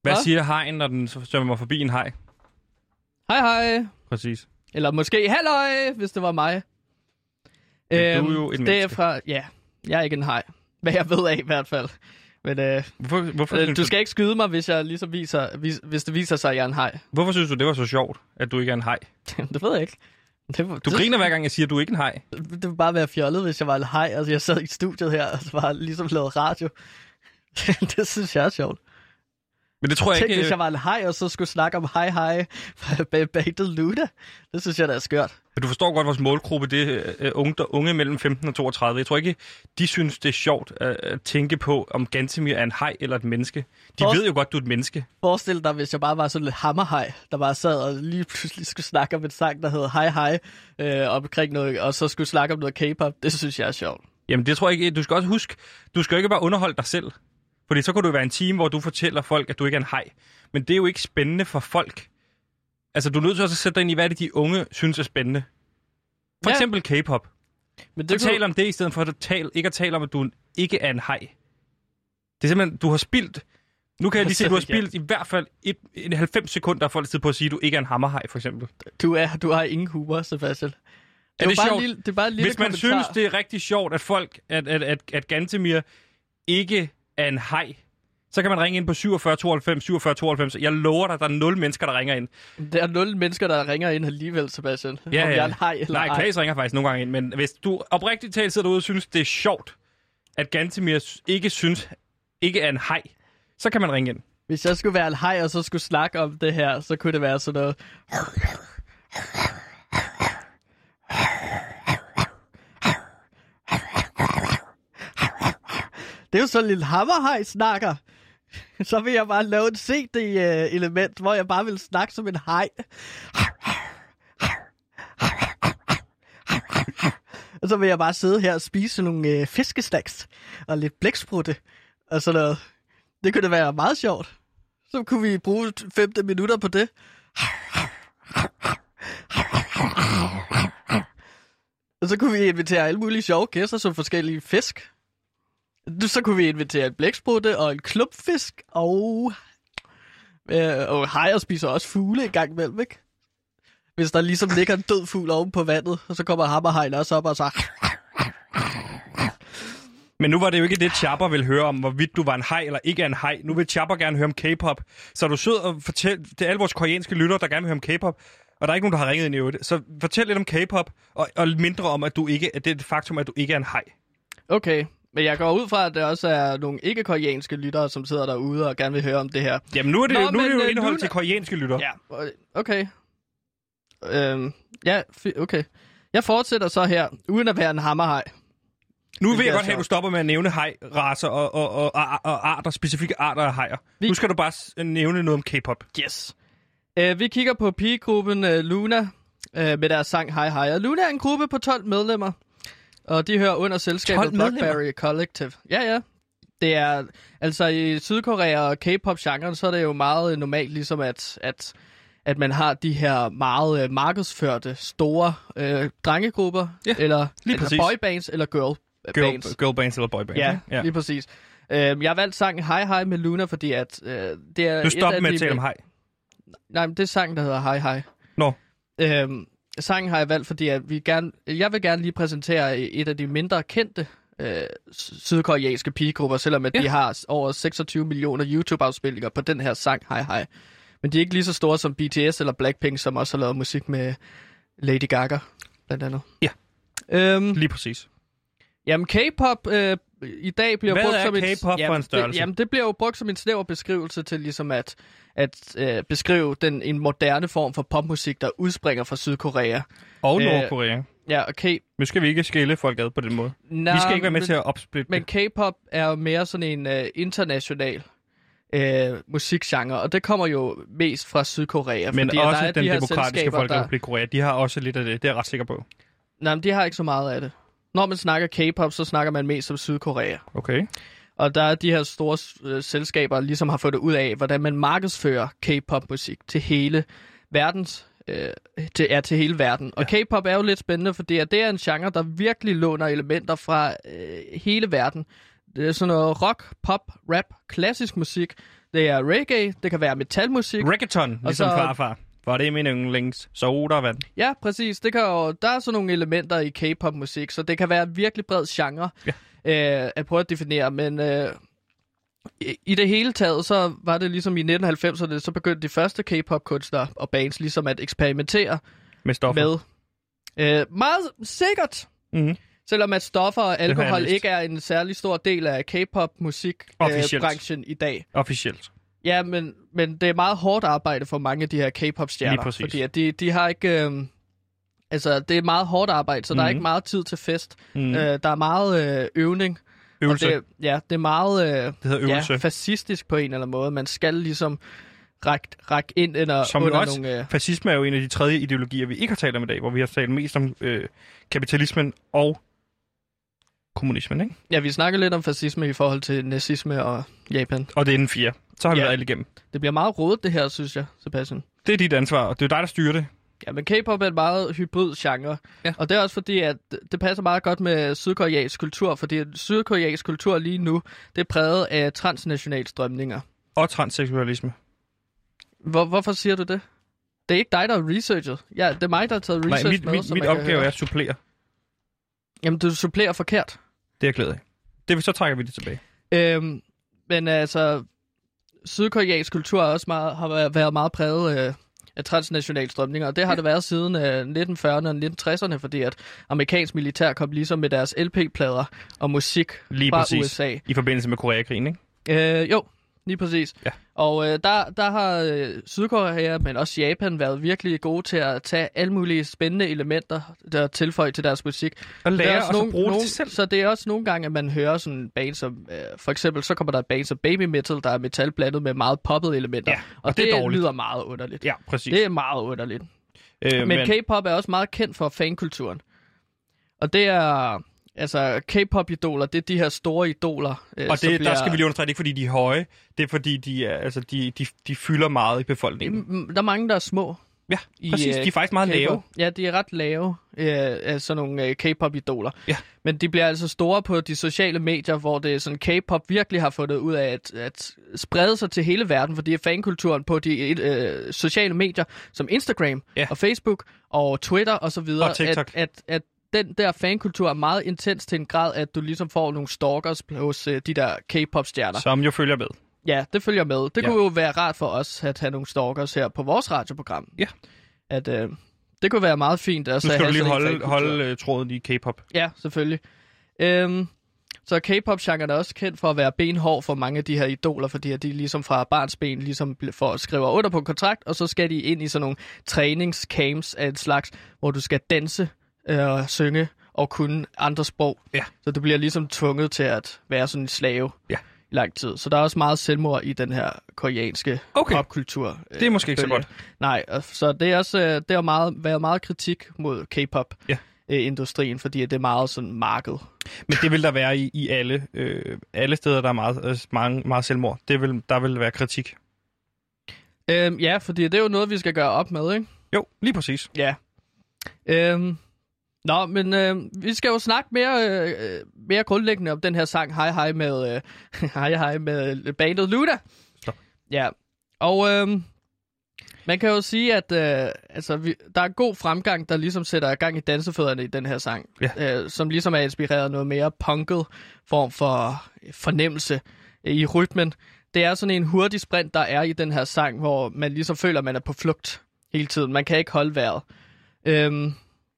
Hvad Hva? siger hajen, når den svømmer forbi en haj? Hej, hej. Præcis. Eller måske halløj, hvis det var mig. Men øhm, du er jo et det menneske. er fra, ja, jeg er ikke en haj. Hvad jeg ved af i hvert fald. Men øh, Hvorfor, hvorfor, øh, synes du skal ikke skyde mig, hvis, jeg ligesom viser, hvis, hvis det viser sig, at jeg er en haj. hvorfor synes du, det var så sjovt, at du ikke er en haj? Det ved jeg ikke. Det, var, Du det, griner hver gang, jeg siger, at du er ikke en haj. det ville bare være fjollet, hvis jeg var en haj. Altså, jeg sad i studiet her, og så var ligesom lavet radio. Det synes jeg er sjovt. Men det tror jeg Tænk, ikke... hvis jeg var en hej, og så skulle snakke om hej hej bag Bagdel Luda. Det synes jeg, der er skørt. Men du forstår godt, vores målgruppe, det er unge, der, unge mellem femten og toogtredive. Jeg tror ikke, de synes, det er sjovt at, at tænke på, om Gantemir er en haj eller et menneske. De Forst- ved jo godt, du er et menneske. Forestil dig, hvis jeg bare var sådan lidt hammerhaj, der bare sad og lige pludselig skulle snakke om en sang, der hedder Hej Hej, øh, omkring noget, og så skulle snakke om noget K-pop. Det synes jeg er sjovt. Jamen, det tror jeg ikke. Du skal også huske, du skal jo ikke bare underholde dig selv. Fordi så kunne du være en time, hvor du fortæller folk, at du ikke er en haj. Men det er jo ikke spændende for folk. Altså, du er nødt til også at sætte dig ind i, hvad det de unge synes er spændende. For Ja. eksempel K-pop. Men Du det taler om det, i stedet for at tale, ikke at tale om, at du ikke er en haj. Det er simpelthen, du har spildt. Nu kan jeg lige sige, at du har spildt i hvert fald et, et halvfems sekunder af folks tid på at sige, at du ikke er en hammerhaj, for eksempel. Du, er, du har ingen humor, Sebastian. Det Er er, det bare sjovt? en lille, det er bare en lille Hvis man kommentar. synes, det er rigtig sjovt, at folk, at, at, at, at Gantemir ikke er en haj, så kan man ringe ind på syvogfyrre tooghalvfems syvogfyrre tooghalvfems. Jeg lover dig, der er nul mennesker, der ringer ind. Der er nul mennesker, der ringer ind alligevel, Sebastian. Ja, om ja. jeg er en haj eller Nej, ej. Klaas ringer faktisk nogle gange ind, men hvis du oprigtigt talt sidder derude og synes, det er sjovt, at Gantemir ikke synes, ikke er en haj, så kan man ringe ind. Hvis jeg skulle være en haj, og så skulle snakke om det her, så kunne det være sådan noget... Det er jo sådan en lille hammerhaj snakker. Så vil jeg bare lave et C D-element, hvor jeg bare vil snakke som en haj. Og så vil jeg bare sidde her og spise nogle øh, fiskestaks og lidt blæksprutte og sådan noget. Det kunne da være meget sjovt. Så kunne vi bruge femten minutter på det. Og så kunne vi invitere alle mulige sjove gæster, som forskellige fisk. Så kunne vi invitere en blæksprutte og en klumpfisk, og, øh, og hajer spiser også fugle en gang imellem, ikke? Hvis der ligesom ligger en død fugl oven på vandet, og så kommer hammerhajen også op og så... Men nu var det jo ikke det, Chapper ville høre om, hvorvidt du var en haj eller ikke er en haj. Nu vil Chapper gerne høre om K-pop. Så er du sød og fortæl, det er alle vores koreanske lyttere, der gerne vil høre om K-pop. Og der er ikke nogen, der har ringet ind i øvrigt. Så fortæl lidt om K-pop, og, og mindre om, at du ikke, at det er det faktum, at du ikke er en haj. Okay, men jeg går ud fra, at der også er nogle ikke-koreanske lyttere, som sidder derude og gerne vil høre om det her. Jamen nu er det, Nå, nu er det men, jo øh, indhold nu- til koreanske lyttere. Ja, okay. Øhm, ja, fi- okay. Jeg fortsætter så her, uden at være en hammerhaj. Nu Det vil jeg er godt have, at du sjovt. stopper stopper med at nævne haj-racer og, og, og, og, og arter, specifikke arter af hajer. Vi- Nu skal du bare s- nævne noget om K-pop. Yes. Uh, vi kigger på pigegruppen uh, Luna uh, med deres sang Hej Hej. Og Luna er en gruppe på tolv medlemmer, og de hører under selskabet tolv medlemmer? Blackberry Collective. Ja, ja. Det er, altså i Sydkorea og K-pop-genren, så er det jo meget normalt ligesom, at, at, at man har de her meget uh, markedsførte, store uh, drengegrupper, Ja, eller, lige eller præcis. boybands, eller girl Girl, bands. girl bands eller boy bands. Ja, ikke? ja, lige præcis. Uh, jeg har valgt sangen Hej Hej med Luna, fordi at uh, det er... Nu stop et af med de at tale om haj. Nej, men det er sangen, der hedder Hej Hej. Nå. Øhm, sangen har jeg valgt, fordi at vi gerne, jeg vil gerne lige præsentere et af de mindre kendte øh, sydkoreanske pigegrupper, selvom at Ja. de har over seksogtyve millioner YouTube-afspilninger på den her sang Hej Hej. Men de er ikke lige så store som B T S eller Blackpink, som også har lavet musik med Lady Gaga, blandt andet. Ja. Øhm, Lige præcis. Jamen, K-pop øh, i dag bliver Hvad brugt er som et... K-pop for jamen, en størrelse? Det, jamen, det bliver jo brugt som en snæver beskrivelse til ligesom at, at øh, beskrive den, en moderne form for popmusik, der udspringer fra Sydkorea. Og Øh, Nordkorea. Ja, okay. Nu skal vi ikke skille folk ad på den måde. Nå, Vi skal ikke være med men, til at opsplitte Men K-pop er jo mere sådan en øh, international øh, musikgenre, og det kommer jo mest fra Sydkorea. Men fordi, også der er den de her demokratiske selskaber, folkerepublik Korea. De har også lidt af det. Det er jeg ret sikker på. Nej, men de har ikke så meget af det. Når man snakker K-pop, så snakker man mest om Sydkorea. Okay. Og der er de her store øh, selskaber, ligesom har fundet ud af, hvordan man markedsfører K-pop-musik til hele verdens, øh, til, ja, til hele verden. Og Ja. K-pop er jo lidt spændende, fordi at det er en genre, der virkelig låner elementer fra øh, hele verden. Det er sådan noget rock, pop, rap, klassisk musik, Det er reggae, det kan være metalmusik. Reggaeton, ligesom så... farfar. For det er min yndlings soda og vand. Ja, præcis. Det kan jo, der er sådan nogle elementer i K-pop-musik, så det kan være en virkelig bred genre ja. øh, at prøve at definere. Men øh, i, i det hele taget, så var det ligesom i nitten halvfemserne, så begyndte de første K-pop-kunstnere og bands ligesom at eksperimentere med stoffer. Med, øh, meget sikkert. Mm-hmm. Selvom at stoffer og alkohol ikke er en særlig stor del af K-pop-musik-branchen øh, i dag. Officielt. Ja, men, men det er meget hårdt arbejde for mange af de her K-pop-stjerner. Fordi at de, de har ikke... Øh, altså, det er meget hårdt arbejde, så mm-hmm. der er ikke meget tid til fest. Mm-hmm. Øh, der er meget øh, øvning. Øvelse. Det, ja, det er meget øh, det hedder øvelse. Ja, fascistisk på en eller anden måde. Man skal ligesom række, række ind under, Som under også, nogle... Øh... Fascisme er jo en af de tredje ideologier, vi ikke har talt om i dag, hvor vi har talt mest om øh, kapitalismen og kommunismen, ikke? Ja, vi snakker lidt om fascisme i forhold til nazisme og Japan. Og det er den fire. Så har vi ja. været alle igennem. Det bliver meget rodet, det her, synes jeg, Sebastian. Det er dit ansvar, og det er dig, der styrer det. Ja, men K-pop er en meget hybrid genre. Ja. Og det er også fordi, at det passer meget godt med sydkoreansk kultur, fordi sydkoreansk kultur lige nu, det er præget af transnationale strømninger. Og transseksualisme. Hvor, hvorfor siger du det? Det er ikke dig, der har researchet. Ja, det er mig, der har taget research Nej, mit, med, mit, som mit opgave er at supplere. Jamen, du supplerer forkert. Det er jeg glad af. Det, så trækker vi det tilbage. Øhm, men altså, sydkoreansk kultur også meget, har været meget præget af, af transnationale strømninger, og det har ja. det været siden uh, nitten fyrrerne og nitten tresserne, fordi at amerikansk militær kom ligesom med deres L P-plader og musik lige fra præcis. U S A. I forbindelse med Koreakrigen, ikke? Øh, jo, lige præcis. Ja. Og øh, der, der har øh, Sydkorea, men også Japan, været virkelig gode til at tage alle mulige spændende elementer, der tilføjer til deres musik. Og lære og nogle, bruge nogle, det selv. Så det er også nogle gange, at man hører sådan bands som, øh, for eksempel, så kommer der et band som Baby Metal, der er metal blandet med meget poppet elementer. Ja, og, og det, det lyder meget underligt. Ja, præcis. Det er meget underligt. Øh, men, men K-pop er også meget kendt for fankulturen. Og det er... Altså, K-pop-idoler, det er de her store idoler. Øh, og det, bliver... der skal vi lige understrege, det er ikke fordi, de er høje. Det er fordi, de, er, altså, de, de, de fylder meget i befolkningen. Der er mange, der er små. Ja, præcis. I, de er faktisk meget K-pop. lave. Ja, de er ret lave, øh, sådan nogle øh, K-pop-idoler. Ja. Men de bliver altså store på de sociale medier, hvor det er sådan, K-pop virkelig har fundet ud af at, at sprede sig til hele verden, fordi fankulturen på de øh, sociale medier, som Instagram ja. og Facebook og Twitter og så videre, og TikTok. At, at, at den der fankultur er meget intens til en grad, at du ligesom får nogle stalkers hos øh, de der K-pop-stjerner. Som jo følger med. Ja, det følger med. Det ja. kunne jo være rart for os at have nogle stalkers her på vores radioprogram. Ja. At, øh, det kunne være meget fint. At nu skal du lige holde, holde tråden i K-pop. Ja, selvfølgelig. Øhm, så K-pop-genren er også kendt for at være benhård for mange af de her idoler, fordi at de ligesom fra barnsben ligesom får skriver under på en kontrakt, og så skal de ind i sådan nogle træningscamps af et slags, hvor du skal danse og øh, synge og kunne andre sprog. Ja. Så du bliver ligesom tvunget til at være sådan en slave ja. i lang tid. Så der er også meget selvmord i den her koreanske okay. popkultur. Det er måske ikke så godt. Nej, så det er også øh, det har meget, været meget kritik mod K-pop. Ja. industrien, fordi det er meget sådan marked. Men det vil der være i, i alle, øh, alle steder, der er meget, øh, meget, meget selvmord. Det vil, der vil være kritik. Øhm, ja, fordi det er jo noget, vi skal gøre op med, ikke? Jo, lige præcis. Ja. Øhm, nå, men øh, vi skal jo snakke mere, øh, mere grundlæggende om den her sang Hej Hej med, øh, hej, hej med bandet Luda. Stop. Ja, og øh, man kan jo sige, at øh, altså, vi, der er god fremgang, der ligesom sætter gang i dansefødderne i den her sang, ja. øh, som ligesom er inspireret af noget mere punket form for fornemmelse i rytmen. Det er sådan en hurtig sprint, der er i den her sang, hvor man ligesom føler, at man er på flugt hele tiden. Man kan ikke holde vejret. Øhm,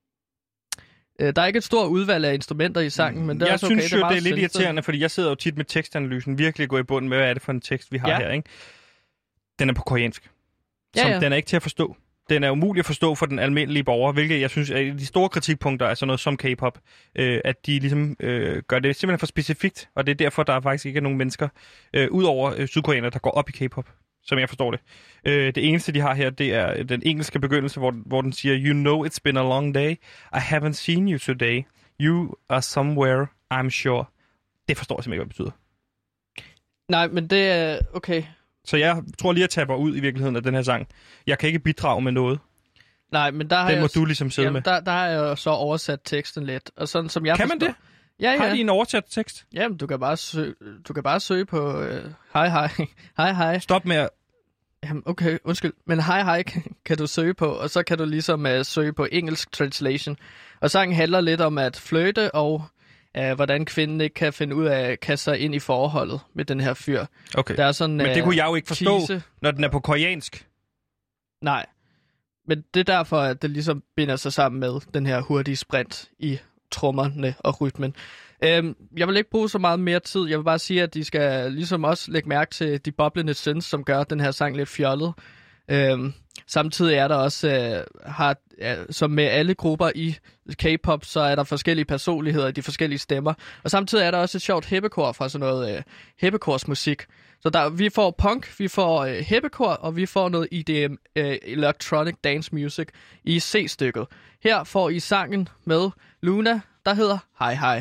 øh, der er ikke et stort udvalg af instrumenter i sangen, men det er jeg også okay. Jeg synes jo, det er, det er lidt irriterende, fordi jeg sidder jo tit med tekstanalysen, virkelig går i bunden med, hvad er det for en tekst, vi har ja. her, ikke? Den er på koreansk. Som ja, ja. Den er ikke til at forstå. Den er umulig at forstå for den almindelige borger, hvilket jeg synes er de store kritikpunkter er sådan noget som K-pop, øh, at de ligesom øh, gør det simpelthen for specifikt, og det er derfor, der faktisk ikke er nogen mennesker, øh, udover øh, sydkoreanere, der går op i K-pop, som jeg forstår det. Øh, det eneste, de har her, det er den engelske begyndelse, hvor, hvor den siger, You know it's been a long day. I haven't seen you today. You are somewhere, I'm sure. Det forstår jeg simpelthen ikke, hvad det betyder. Nej, men det er okay. Så jeg tror lige, at jeg taber ud i virkeligheden af den her sang. Jeg kan ikke bidrage med noget. Nej, men der har den jeg... må du ligesom sidde jamen, med. Der, der har jeg så oversat teksten lidt. Og sådan som jeg kan forstår, man Ja, ja. Har de en oversat tekst? Jamen, du kan bare søge, du kan bare søge på øh, hej, hej, hej, hej. Stop med at... Jamen, okay, undskyld. Men hej, hej kan du søge på, og så kan du ligesom uh, søge på engelsk translation. Og sangen handler lidt om at flirte, og uh, hvordan kvinden ikke kan finde ud af at kaste sig ind i forholdet med den her fyr. Okay, der er sådan, men det uh, kunne jeg jo ikke forstå, tease. Når den er på koreansk. Nej, men det er derfor, at det ligesom binder sig sammen med den her hurtige sprint i trommerne og rytmen. Øhm, jeg vil ikke bruge så meget mere tid. Jeg vil bare sige, at de skal ligesom også lægge mærke til de boblende synths, som gør den her sang lidt fjollet. Øhm, samtidig er der også, øh, har, ja, som med alle grupper i K-pop, så er der forskellige personligheder i de forskellige stemmer. Og samtidig er der også et sjovt heppekor fra sådan noget øh, heppekorsmusik. Så der, vi får punk, vi får øh, heppekor, og vi får noget I D M, øh, Electronic Dance Music, i C-stykket. Her får I sangen med Luna, der hedder Hej Hej.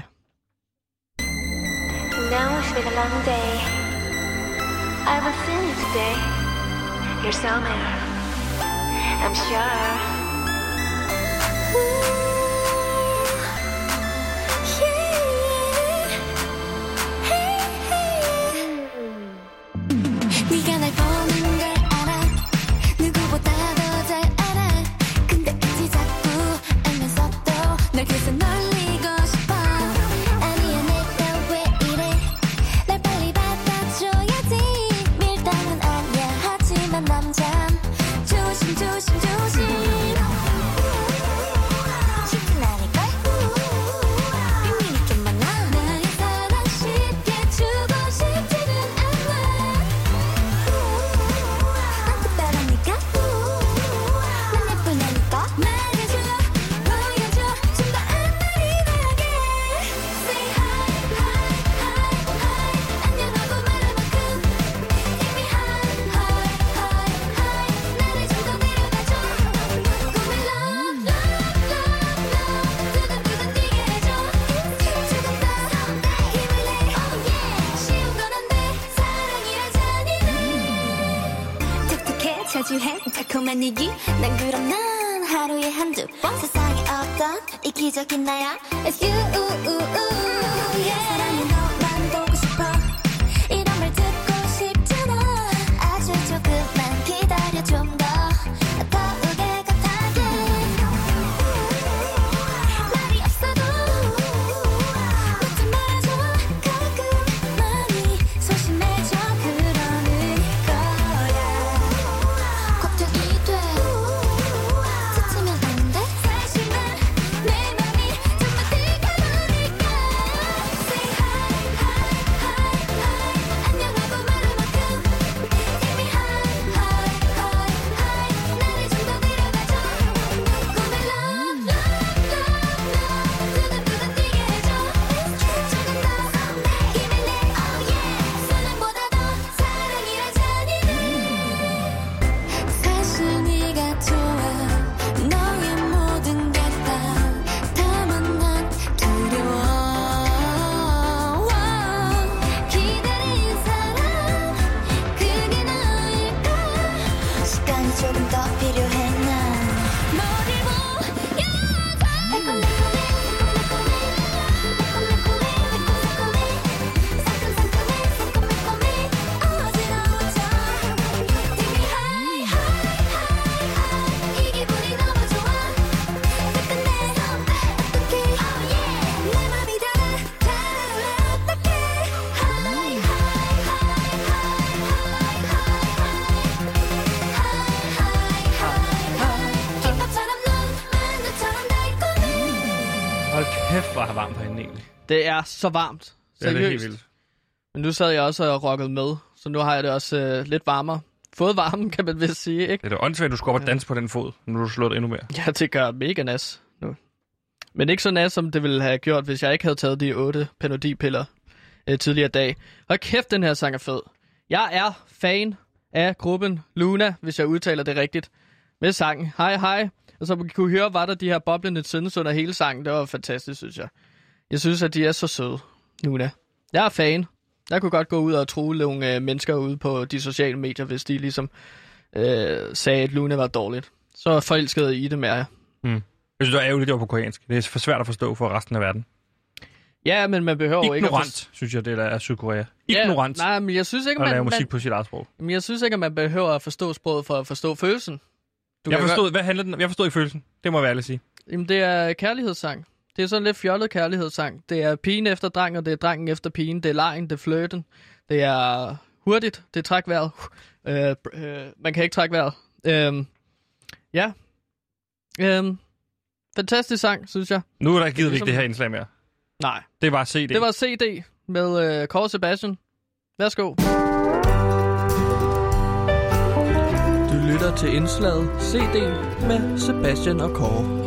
Now it's been a long day. I will see you today. You're somewhere, I'm sure. Ooh, yeah. Hey, hey. 네가 날 보는 걸 알아. 누구보다 더 잘 알아. 근데 있지 자꾸 알면서도 날 계속 놀리고 싶어. 아니야 내가 왜 이래. 날 빨리 받아줘야지. 밀당은 아니야 하지만 남잔 조심 조심 조심. 쉽진 않을걸. 비밀이 좀 많아. 나의 사랑 쉽게 주고 싶지는 않아. 난 특별하니까. 난 예쁘냐니까. 말해줘 보여줘 좀 더 안달이 나게. Say hi hi hi hi. 안녕하고 말할 만큼 이미 hi hi hi hi. 나를 좀 더 데려가줘. 꿈을 love love love love. 두근두근 뛰게 해줘. 조금 더 힘을 내. Oh yeah. 쉬운 건 안돼. 사랑이란 잔인해. 툭툭해 자주해 달콤한 얘기. 난 그럼 난 하루에 한두 번. 세상에 없던 이기적인 나야. It's you. Yeah. 사랑이 너만 보고 싶어. 이런 말 듣고 싶잖아. 아주 조금만 기다려 좀 더 더우게 gat하게. 말이 없어도 묻지 말아줘. 가끔 많이 소심해져 그러는 거야. 걱정이 돼. 지치면 안 돼. 사실 난 내 맘이 정말 뜨거우니까. Say hi hi hi hi. 안녕하고 말할 만큼 이미 hi hi hi hi. 나를 좀 더 데려가줘. 꿈을 love love love love. 두근두근 뛰게 해줘. 조금 더 힘을 내. Oh yeah. 사랑보다 더 사랑이란 잔인해. 사실 네가 좋아. 너의 모든 게 다. 다만 난 두려워. 기다린 사람 그게 너일까. 시간이 조금 더 필요해 난. 너를 보여줘. 달콤달콤해 새콤달콤해. 매콤매콤해 매콤새콤해. 상큼상큼해 새콤매콤해. 어지러워져. Take me high high high high. 이 기분이 너무 좋아. 끝끝내 어떡해. Oh yeah. 내 맘이 달아 달아 어떡해. High high high high high. 김밥처럼 넌 만두처럼 달콤해. Hold kæft, hvor er varmt herinde egentlig. Det er så varmt. Ja, det er helt Seriøst. vildt. Men nu sad jeg også og rockede med, så nu har jeg det også øh, lidt varmere. Fået varmen, kan man vist sige, ikke? Det er da åndssvagt, du skulle op og danse på den fod. Nu har du slået endnu mere. Ja, det gør mega nas nu. Men ikke så nas, som det ville have gjort, hvis jeg ikke havde taget de otte Panodil-piller øh, tidligere dag. Hold kæft, den her sang er fed. Jeg er fan af gruppen Luna, hvis jeg udtaler det rigtigt, med sangen Hej Hej. Og så kunne høre, var der de her boblende synths under hele sangen. Det var fantastisk, synes jeg. Jeg synes, at de er så søde, Luna. Jeg er fan. Jeg kunne godt gå ud og true nogle øh, mennesker ude på de sociale medier, hvis de ligesom øh, sagde, at Luna var dårligt. Så forelskede I det med jer. Mm. Jeg synes, det er ærgerligt, det var på koreansk. Det er for svært at forstå for resten af verden. Ja, men man behøver ikke... Ignorant, at for... synes jeg, det der er Sydkorea. Ignorant. Ja, nej, men jeg synes ikke, at man... lave musik man... på sit eget sprog. Men jeg synes ikke, at man behøver at forstå sproget for at forstå følelsen. Du Jeg kan forstod, gøre- hvad handler den? Jeg forstod ikke følelsen. Det må jeg være ærlig at sige. Jamen, det er kærlighedssang. Det er sådan lidt fjollet kærlighedssang. Det er pigen efter drengen, og det er drengen efter pigen. Det er lejen, det er flirten. Det er hurtigt, det er træk vejret. Øh, øh, man kan ikke trække vejret. Øh, ja. Øh, fantastisk sang, synes jeg. Nu er der givet ligesom- ikke det her indslag mere. Nej. Det var C D. Det var C D med øh, Kåre Sebastian. Værsgo. Du lytter til indslaget C D med Sebastian og Kåre.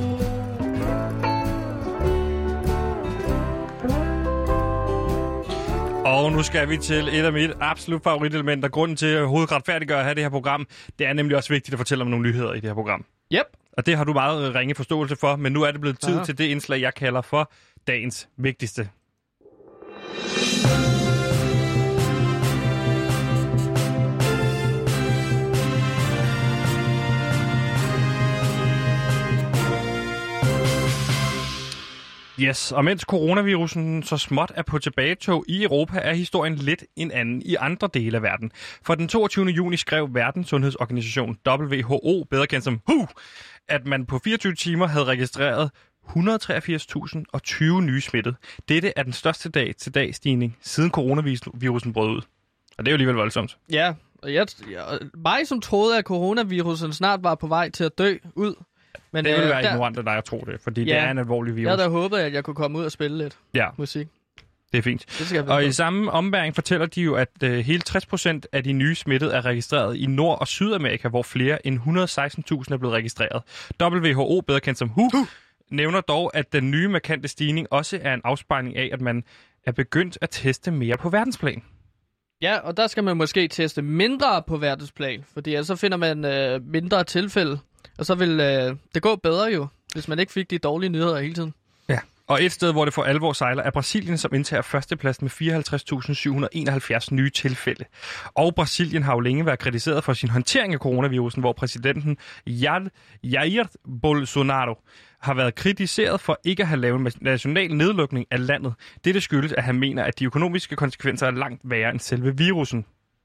Og nu skal vi til et af mit absolut favoritelementer. Grunden til at overhovedet retfærdiggøre at have det her program, det er nemlig også vigtigt at fortælle om nogle nyheder i det her program. Yep. Og det har du meget ringe forståelse for, men nu er det blevet tid Aha. til det indslag, jeg kalder for dagens vigtigste. Yes, og mens coronavirusen så småt er på tilbagetog i Europa, er historien lidt en anden i andre dele af verden. For den toogtyvende juni skrev Verdenssundhedsorganisationen W H O, bedre kendt som W H O, at man på fireogtyve timer havde registreret et hundrede og treogfirs tusind og tyve nye smittede. Dette er den største dag-til-dag stigning siden coronavirusen brød ud. Og det er jo alligevel voldsomt. Ja, og jeg, jeg, mig som troede, at coronavirusen snart var på vej til at dø ud. Men Det ville øh, være der, ignorant af dig at tro det, fordi Ja. det er en alvorlig jeg virus. havde da håbet, at jeg kunne komme ud og spille lidt Ja, musik. det er fint. Det skal jeg Og vide i på. samme ombæring fortæller de jo, at øh, hele tres procent af de nye smittede er registreret i Nord- og Sydamerika, hvor flere end et hundrede og seksten tusind er blevet registreret. W H O, bedre kendt som W H O, nævner dog, at den nye markante stigning også er en afspejling af, at man er begyndt at teste mere på verdensplan. Ja, og der skal man måske teste mindre på verdensplan, fordi ellers så finder man øh, mindre tilfælde, og så vil øh, det gå bedre jo, hvis man ikke fik de dårlige nyheder hele tiden. Ja. Og et sted, hvor det for alvor sejler, er Brasilien, som indtager førstepladsen med fireoghalvtreds tusind syv hundrede og enoghalvfjerds nye tilfælde. Og Brasilien har jo længe været kritiseret for sin håndtering af coronavirusen, hvor præsidenten Jair Bolsonaro har været kritiseret for ikke at have lavet en national nedlukning af landet. Dette skyldes, at han mener, at de økonomiske konsekvenser er langt værre end selve virusen.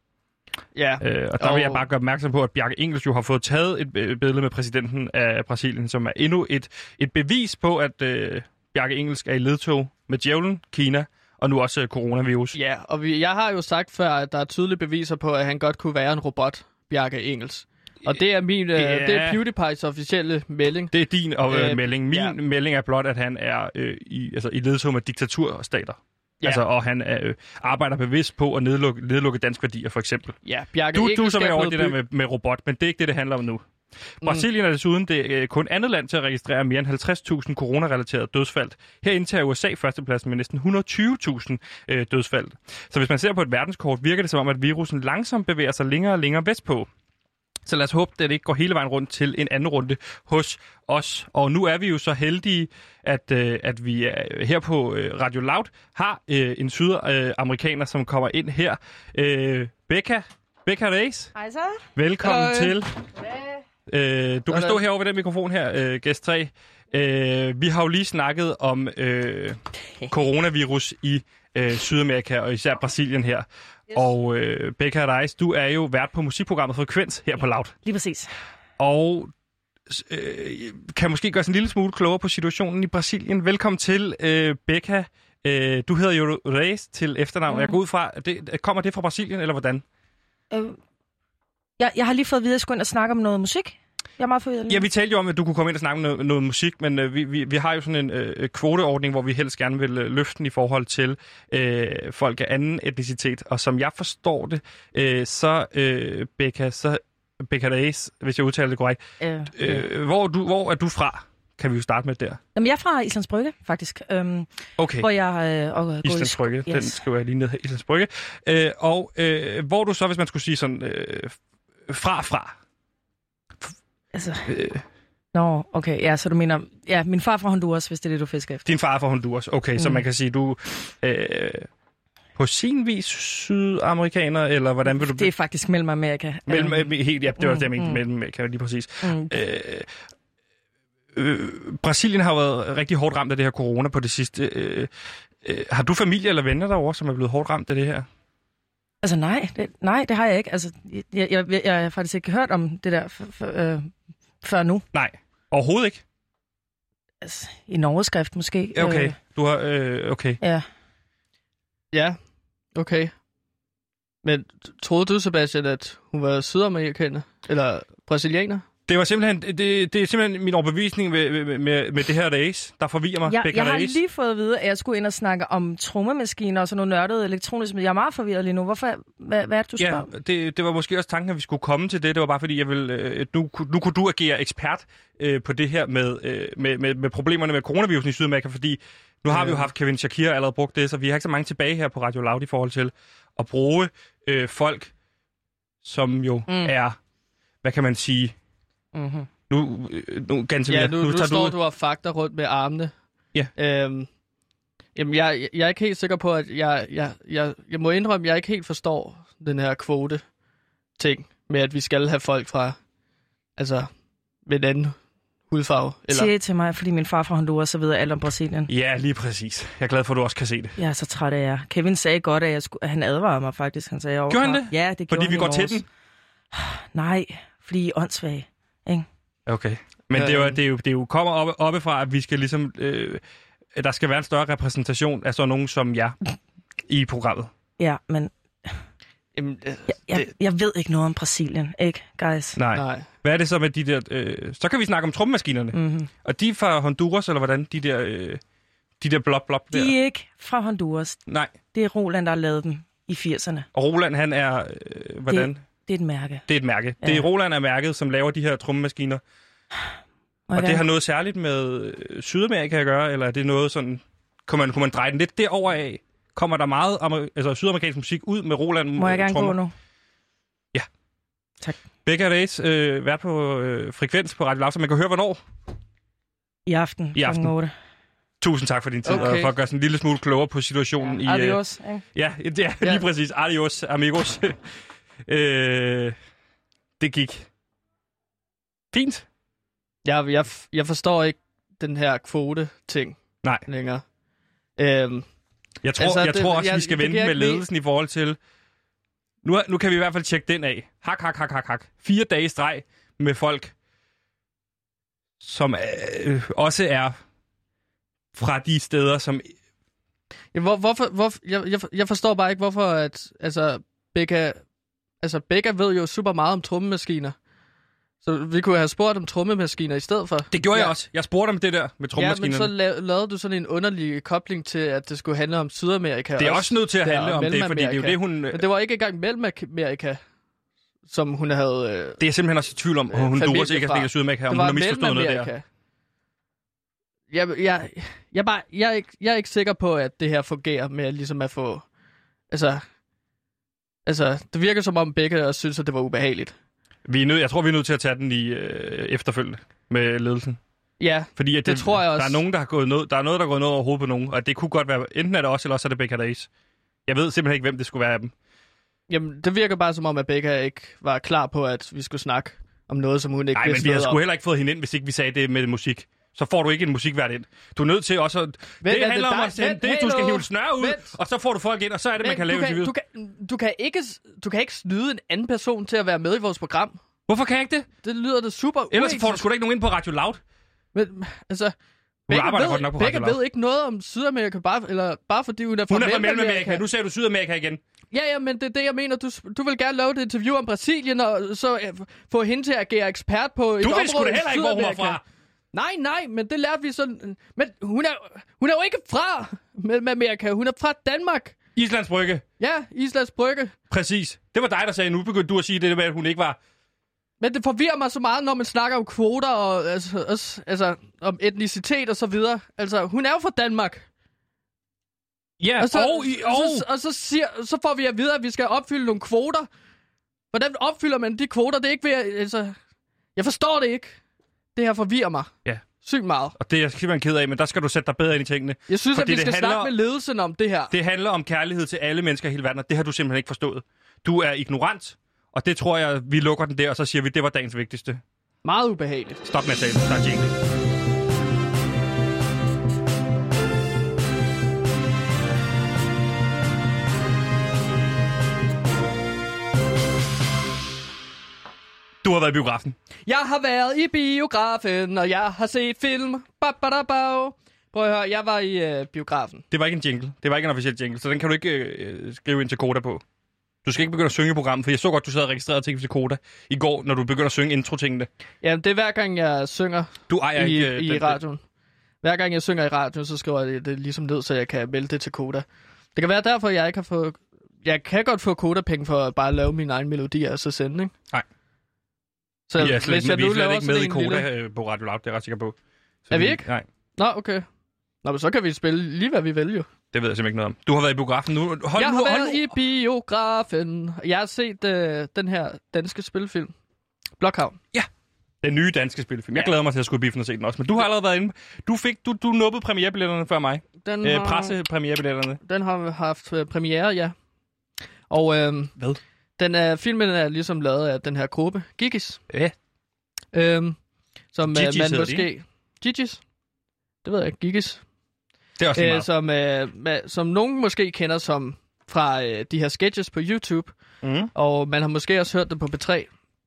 Ja, Øh, og der vil Og- jeg bare gøre opmærksom på, at Bjarke Ingels jo har fået taget et øh, billede med præsidenten af Brasilien, som er endnu et, et bevis på, at øh, Bjarke Ingels er i ledtog med djævlen, Kina og nu også øh, coronavirus. ja, og vi, jeg har jo sagt før, at der er tydelige beviser på, at han godt kunne være en robot, Bjarke Ingels. Og det er min, øh, Ja. det er PewDiePie's officielle melding. Det er din øh, Øh, melding. Min ja. melding er blot, at han er øh, i, altså, i ledtog med diktaturstater. Ja. Altså, og han er, øh, arbejder bevidst på at nedlukke, nedlukke danske værdier, for eksempel. Ja, Bjarke Du, du Ingels som er skal over på det der by- med, med robot, men det er ikke det, det handler om nu. Brasilien er desuden det øh, kun andet land til at registrere mere end halvtreds tusind coronarelaterede dødsfald. Her indtager U S A førstepladsen med næsten et hundrede og tyve tusind øh, dødsfald. Så hvis man ser på et verdenskort, virker det som om, at virusen langsomt bevæger sig længere og længere vestpå. Så lad os håbe, at det ikke går hele vejen rundt til en anden runde hos os. Og nu er vi jo så heldige, at, øh, at vi er her på øh, Radio Loud har øh, en sydamerikaner, som kommer ind her. Øh, Becca, Becca Reis, Hej så. velkommen Hej. til. Øh, du kan stå herovre ved den mikrofon her, øh, gæst tre. Øh, vi har jo lige snakket om øh, coronavirus i øh, Sydamerika, og især Brasilien her. Yes. Og øh, Becca Reis, du er jo vært på musikprogrammet Frekvens her på Loud. Lige præcis. Og øh, kan måske gøre os en lille smule klogere på situationen i Brasilien. Velkommen til, øh, Becca. Øh, du hedder jo Reis til efternavn. Mm. Jeg går ud fra, det, kommer det fra Brasilien, eller hvordan? Øh, jeg, jeg har lige fået at vide, at jeg skulle ind og snakke om noget musik. Jeg er meget forvirret. Ja, vi talte jo om, at du kunne komme ind og snakke om noget, noget musik, men øh, vi, vi, vi har jo sådan en øh, kvoteordning, hvor vi helst gerne vil øh, løfte den i forhold til øh, folk af anden etnicitet. Og som jeg forstår det, øh, så øh, Becca, så Becca Reis, hvis jeg udtaler det korrekt, Øh, øh, hvor, er du, hvor er du fra? Kan vi jo starte med der. Jamen, jeg er fra Islands Brygge, faktisk. Øhm, Okay. Hvor jeg øh, og, gået i Islands sk- Brygge, yes. Den Yes. skriver jeg lige ned her, Islands Brygge. Øh, og øh, hvor du så, hvis man skulle sige sådan, øh, fra fra? Altså, Øh, nå, okay. Ja, så du mener... Ja, min far er fra Honduras, hvis det er det, du fisker efter. din far er fra Honduras. Okay, mm. så man kan sige, du øh, på sin vis sydamerikaner, eller hvordan vil du... Det er faktisk Mellemamerika. Mellem, Øhm, øh, helt, ja, det var mm, det, jeg mente, mm. Mellemamerika, lige præcis. mm. Øh, øh, Brasilien har været rigtig hårdt ramt af det her corona på det sidste. Øh, Øh, har du familie eller venner derovre, som er blevet hårdt ramt af det her? Altså nej, det, nej, det har jeg ikke. Altså, jeg, jeg, jeg, jeg har faktisk ikke hørt om det der f- f- øh, før nu. Nej, overhovedet ikke? Altså, i en overskrift måske. Okay, Øh, du har... Øh, okay. ja. Ja, okay. Men troede du, Sebastian, at hun var sydamerikaner? Eller brasilianer? Det var simpelthen, det, det er simpelthen min overbevisning med, med, med, med det her race, der forvirrer mig. Jeg, Becca jeg har Race. lige fået at vide, at jeg skulle ind og snakke om trommemaskiner og sådan noget nørdet elektronisk, men jeg er meget forvirret lige nu. Hvorfor? Hvad, hvad er det, du spørger? Ja, det, det var måske også tanken, at vi skulle komme til det. Det var bare fordi, jeg vil, øh, nu, nu kunne du agere ekspert øh, på det her med, øh, med, med, med problemerne med coronavirusen i Sydamerika, fordi nu har vi jo haft Kevin Shakir allerede brugt det, så vi har ikke så mange tilbage her på Radio Loud i forhold til at bruge øh, folk, som jo mm. er, hvad kan man sige... Mm-hmm. Nu, nu, ganske ja, mere. nu, nu, nu tager står du... du og fakter rundt med armene. Ja. Øhm, jamen, jeg, jeg er ikke helt sikker på, at jeg, jeg, jeg, jeg må indrømme, at jeg ikke helt forstår den her kvote-ting med, at vi skal have folk fra, altså, med en anden hudfarve. Eller... Sig til mig, fordi min far fra Honduras, så ved jeg alt om Brasilien. Ja, lige præcis. Jeg er glad for, at du også kan se det. Jeg er så træt af jer. Kevin sagde godt, at, jeg skulle, at han advarede mig faktisk. Han sagde, Gjorde han det? Ja, det gjorde Fordi han vi i går morges. til den? Nej, fordi I er åndssvage. Ikke? Okay. Men det er jo, det er jo, det er jo kommer oppe, oppe fra, at vi skal ligesom... Øh, der skal være en større repræsentation af sådan nogen som jer i programmet. Ja, men Jamen, øh, jeg, jeg, det... jeg ved ikke noget om Brasilien, ikke, guys? Nej. Nej. Hvad er det så med de der... Øh, så kan vi snakke om trommemaskinerne. Mm-hmm. Og de er fra Honduras, eller hvordan? De der... Øh, de der blop blop der. De er ikke fra Honduras. Nej. Det er Roland, der har lavet dem i firserne. Og Roland, han er... Øh, hvordan? Det, det er et mærke. Det er et mærke. Ja. Det er Roland er mærket, som laver de her trommemaskiner. Må Og jeg det har gerne- noget særligt med øh, Sydamerika at gøre, eller er det noget sådan... Kunne man, kunne man dreje den lidt derover af? Kommer der meget amer- altså, sydamerikansk musik ud med Roland? Må jeg gerne trommer? gå nu? Ja. Tak. Becca Race, øh, vært på øh, Frekvens på Radio Loud, så man kan høre, hvornår. I aften. I aften. klokken otte. Tusind tak for din tid, Okay. og for at gøre sådan en lille smule klogere på situationen. Ja, i, øh, adios. Ikke? Ja, det er Ja. lige præcis. Adios, amigos. øh, det gik fint. Jeg, jeg, jeg forstår ikke den her kvote-ting Nej. længere. Øhm, Jeg tror, Altså, altså, jeg det- tror også, jeg- vi skal det vente kan jeg med ikke lide. ledelsen i forhold til... Nu, er- nu kan vi i hvert fald tjekke den af. Hak, hak, hak, hak, hak. Fire dage i streg med folk, som øh, også er fra de steder, som... ja, hvor, hvorfor, hvor, jeg, jeg, jeg forstår bare ikke, hvorfor at, altså, Becca, altså, Becca ved jo super meget om trommemaskiner. Så vi kunne have spurgt om trommemaskiner i stedet for. Det gjorde ja. jeg også. Jeg spurgte om det der med Ja, men trommaskinerne. så la- lavede du sådan en underlig kobling til, at det skulle handle om Sydamerika. Det er også nødt til at der, handle og om det, fordi det er jo det, hun... Men det var ikke engang Mellemamerika, som hun havde... Øh, Det er jeg simpelthen også i tvivl om, Øh, og hun familie duer ikke fra. af Sydamerika, om det hun var har misforstået noget der. Mellemamerika. Jeg, jeg, jeg, er bare, jeg, er ikke, jeg er ikke sikker på, at det her fungerer med ligesom at få... Altså, altså det virker som om Becca også synes, at det var ubehageligt. Vi er nød, jeg tror, vi er nødt til at tage den i øh, efterfølgende med ledelsen. Ja, Fordi at Det tror jeg også. Der er nogen, der har gået noget, der er noget, der er gået noget over hovedet på nogen, og det kunne godt være, enten er det os, eller også er det Becca Race. Jeg ved simpelthen ikke, hvem det skulle være af dem. jamen, det virker bare som om, at Becca ikke var klar på, at vi skulle snakke om noget, som hun ikke Nej, men vidste vi havde noget sgu om. heller ikke fået hende ind, hvis ikke vi sagde det med musik. Så får du ikke en musikvært ind. Du er nødt til også at... Vent, det er handler det om dig? at sende Vent, det, du skal hallo. hive et snøre ud, Vent. og så får du folk ind, og så er det, man Men kan du lave kan, interviewet. du, kan, du, kan ikke, du kan ikke snyde en anden person til at være med i vores program. Hvorfor kan jeg ikke det? Det lyder det super Ellers får du uetisk. sgu da ikke nogen ind på Radio Loud. Men, altså, Hun Becca arbejder ved, godt nok på Becca Radio Loud. ved ikke noget om Sydamerika, bare, eller, bare fordi hun er fra Hun er fra Mellemamerika. Mellemamerika. Nu ser du Sydamerika igen. Ja, ja, men det er det, jeg mener. Du, du vil gerne lave et interview om Brasilien, og så øh, få hende til at agere ekspert på et Du område ved sgu da i heller ikke, hvor hun var Sydamerika. fra. Nej, nej, men det lærte vi sådan... Men hun er, hun er jo ikke fra Mellemamerika. Hun er fra Danmark. Islands Brygge. Ja, Islands Brygge. Præcis. Det var dig, der sagde, nu begyndte du at sige det med, at hun ikke var... Men det forvirrer mig så meget, når man snakker om kvoter og altså, også, altså om etnicitet og så videre. Altså, hun er jo fra Danmark. Ja, Og så, og, i, og, og så, og så, siger, så får vi at vide, at vi skal opfylde nogle kvoter. Hvordan opfylder man de kvoter? Det er ikke ved at, altså... Jeg forstår det ikke. Det her forvirrer mig. Ja. Sygt meget. og det er jeg simpelthen ked af, men der skal du sætte dig bedre ind i tingene. Jeg synes, Fordi at vi det skal handler- snakke med ledelsen om det her. Det handler om kærlighed til alle mennesker i hele verden, og det har du simpelthen ikke forstået. Du er ignorant, og det tror jeg, vi lukker den der, og så siger vi, det var dagens vigtigste. Meget ubehageligt. Stop med at tale. Der er jingle. Du har været i biografen. Jeg har været i biografen, og jeg har set film. Ba, ba, da, ba. Prøv at høre, jeg var i øh, biografen. Det var ikke en jingle. Det var ikke en officiel jingle, så den kan du ikke øh, skrive ind til Koda på. Du skal ikke begynde at synge i programmet, for jeg så godt, du sad og registrerede ting til Koda i går, når du begynder at synge intro-tingene. Jamen, det er hver gang, jeg synger Du ejer i, ikke øh, i den, radioen. Hver gang jeg synger i radioen, så skriver jeg det, det ligesom ned, så jeg kan melde det til Koda. Det kan være derfor, jeg ikke har fået... Jeg kan godt få Koda-penge for at bare lave mine egne melodier og så sende, ikke? Nej. Så vi er slet, hvis jeg vi nu er slet laver ikke med i sådan en Koda lille... lille... på Radio Loud, det er jeg ret sikker på. Så Er vi ikke? Nej, Nå, okay. Nå, men så kan vi spille lige, hvad vi vælger. det ved jeg simpelthen ikke noget om. Du har været i biografen nu. Hold Jeg nu, har hold været nu. i biografen. Jeg har set øh, den her danske spilfilm. Blockhavn. Den nye danske spilfilm. Jeg glæder mig til at skulle i biffen og se den også, men du har allerede været inde. Du fik du, du nubbede premierebilletterne før mig. Den Øh, har, pressepremierebilletterne. den har haft øh, premiere, ja. Og øh, Hvad? den er, filmen er ligesom lavet af den her gruppe, Gigis. Ja. Øhm, som øh, Gigis man hedder måske... Gigis? Det ved jeg ikke. Gigis. Det er også lige Øh, meget. som, øh, ma- som nogen måske kender som fra øh, de her sketches på YouTube. Mm. Og man har måske også hørt det på B tre,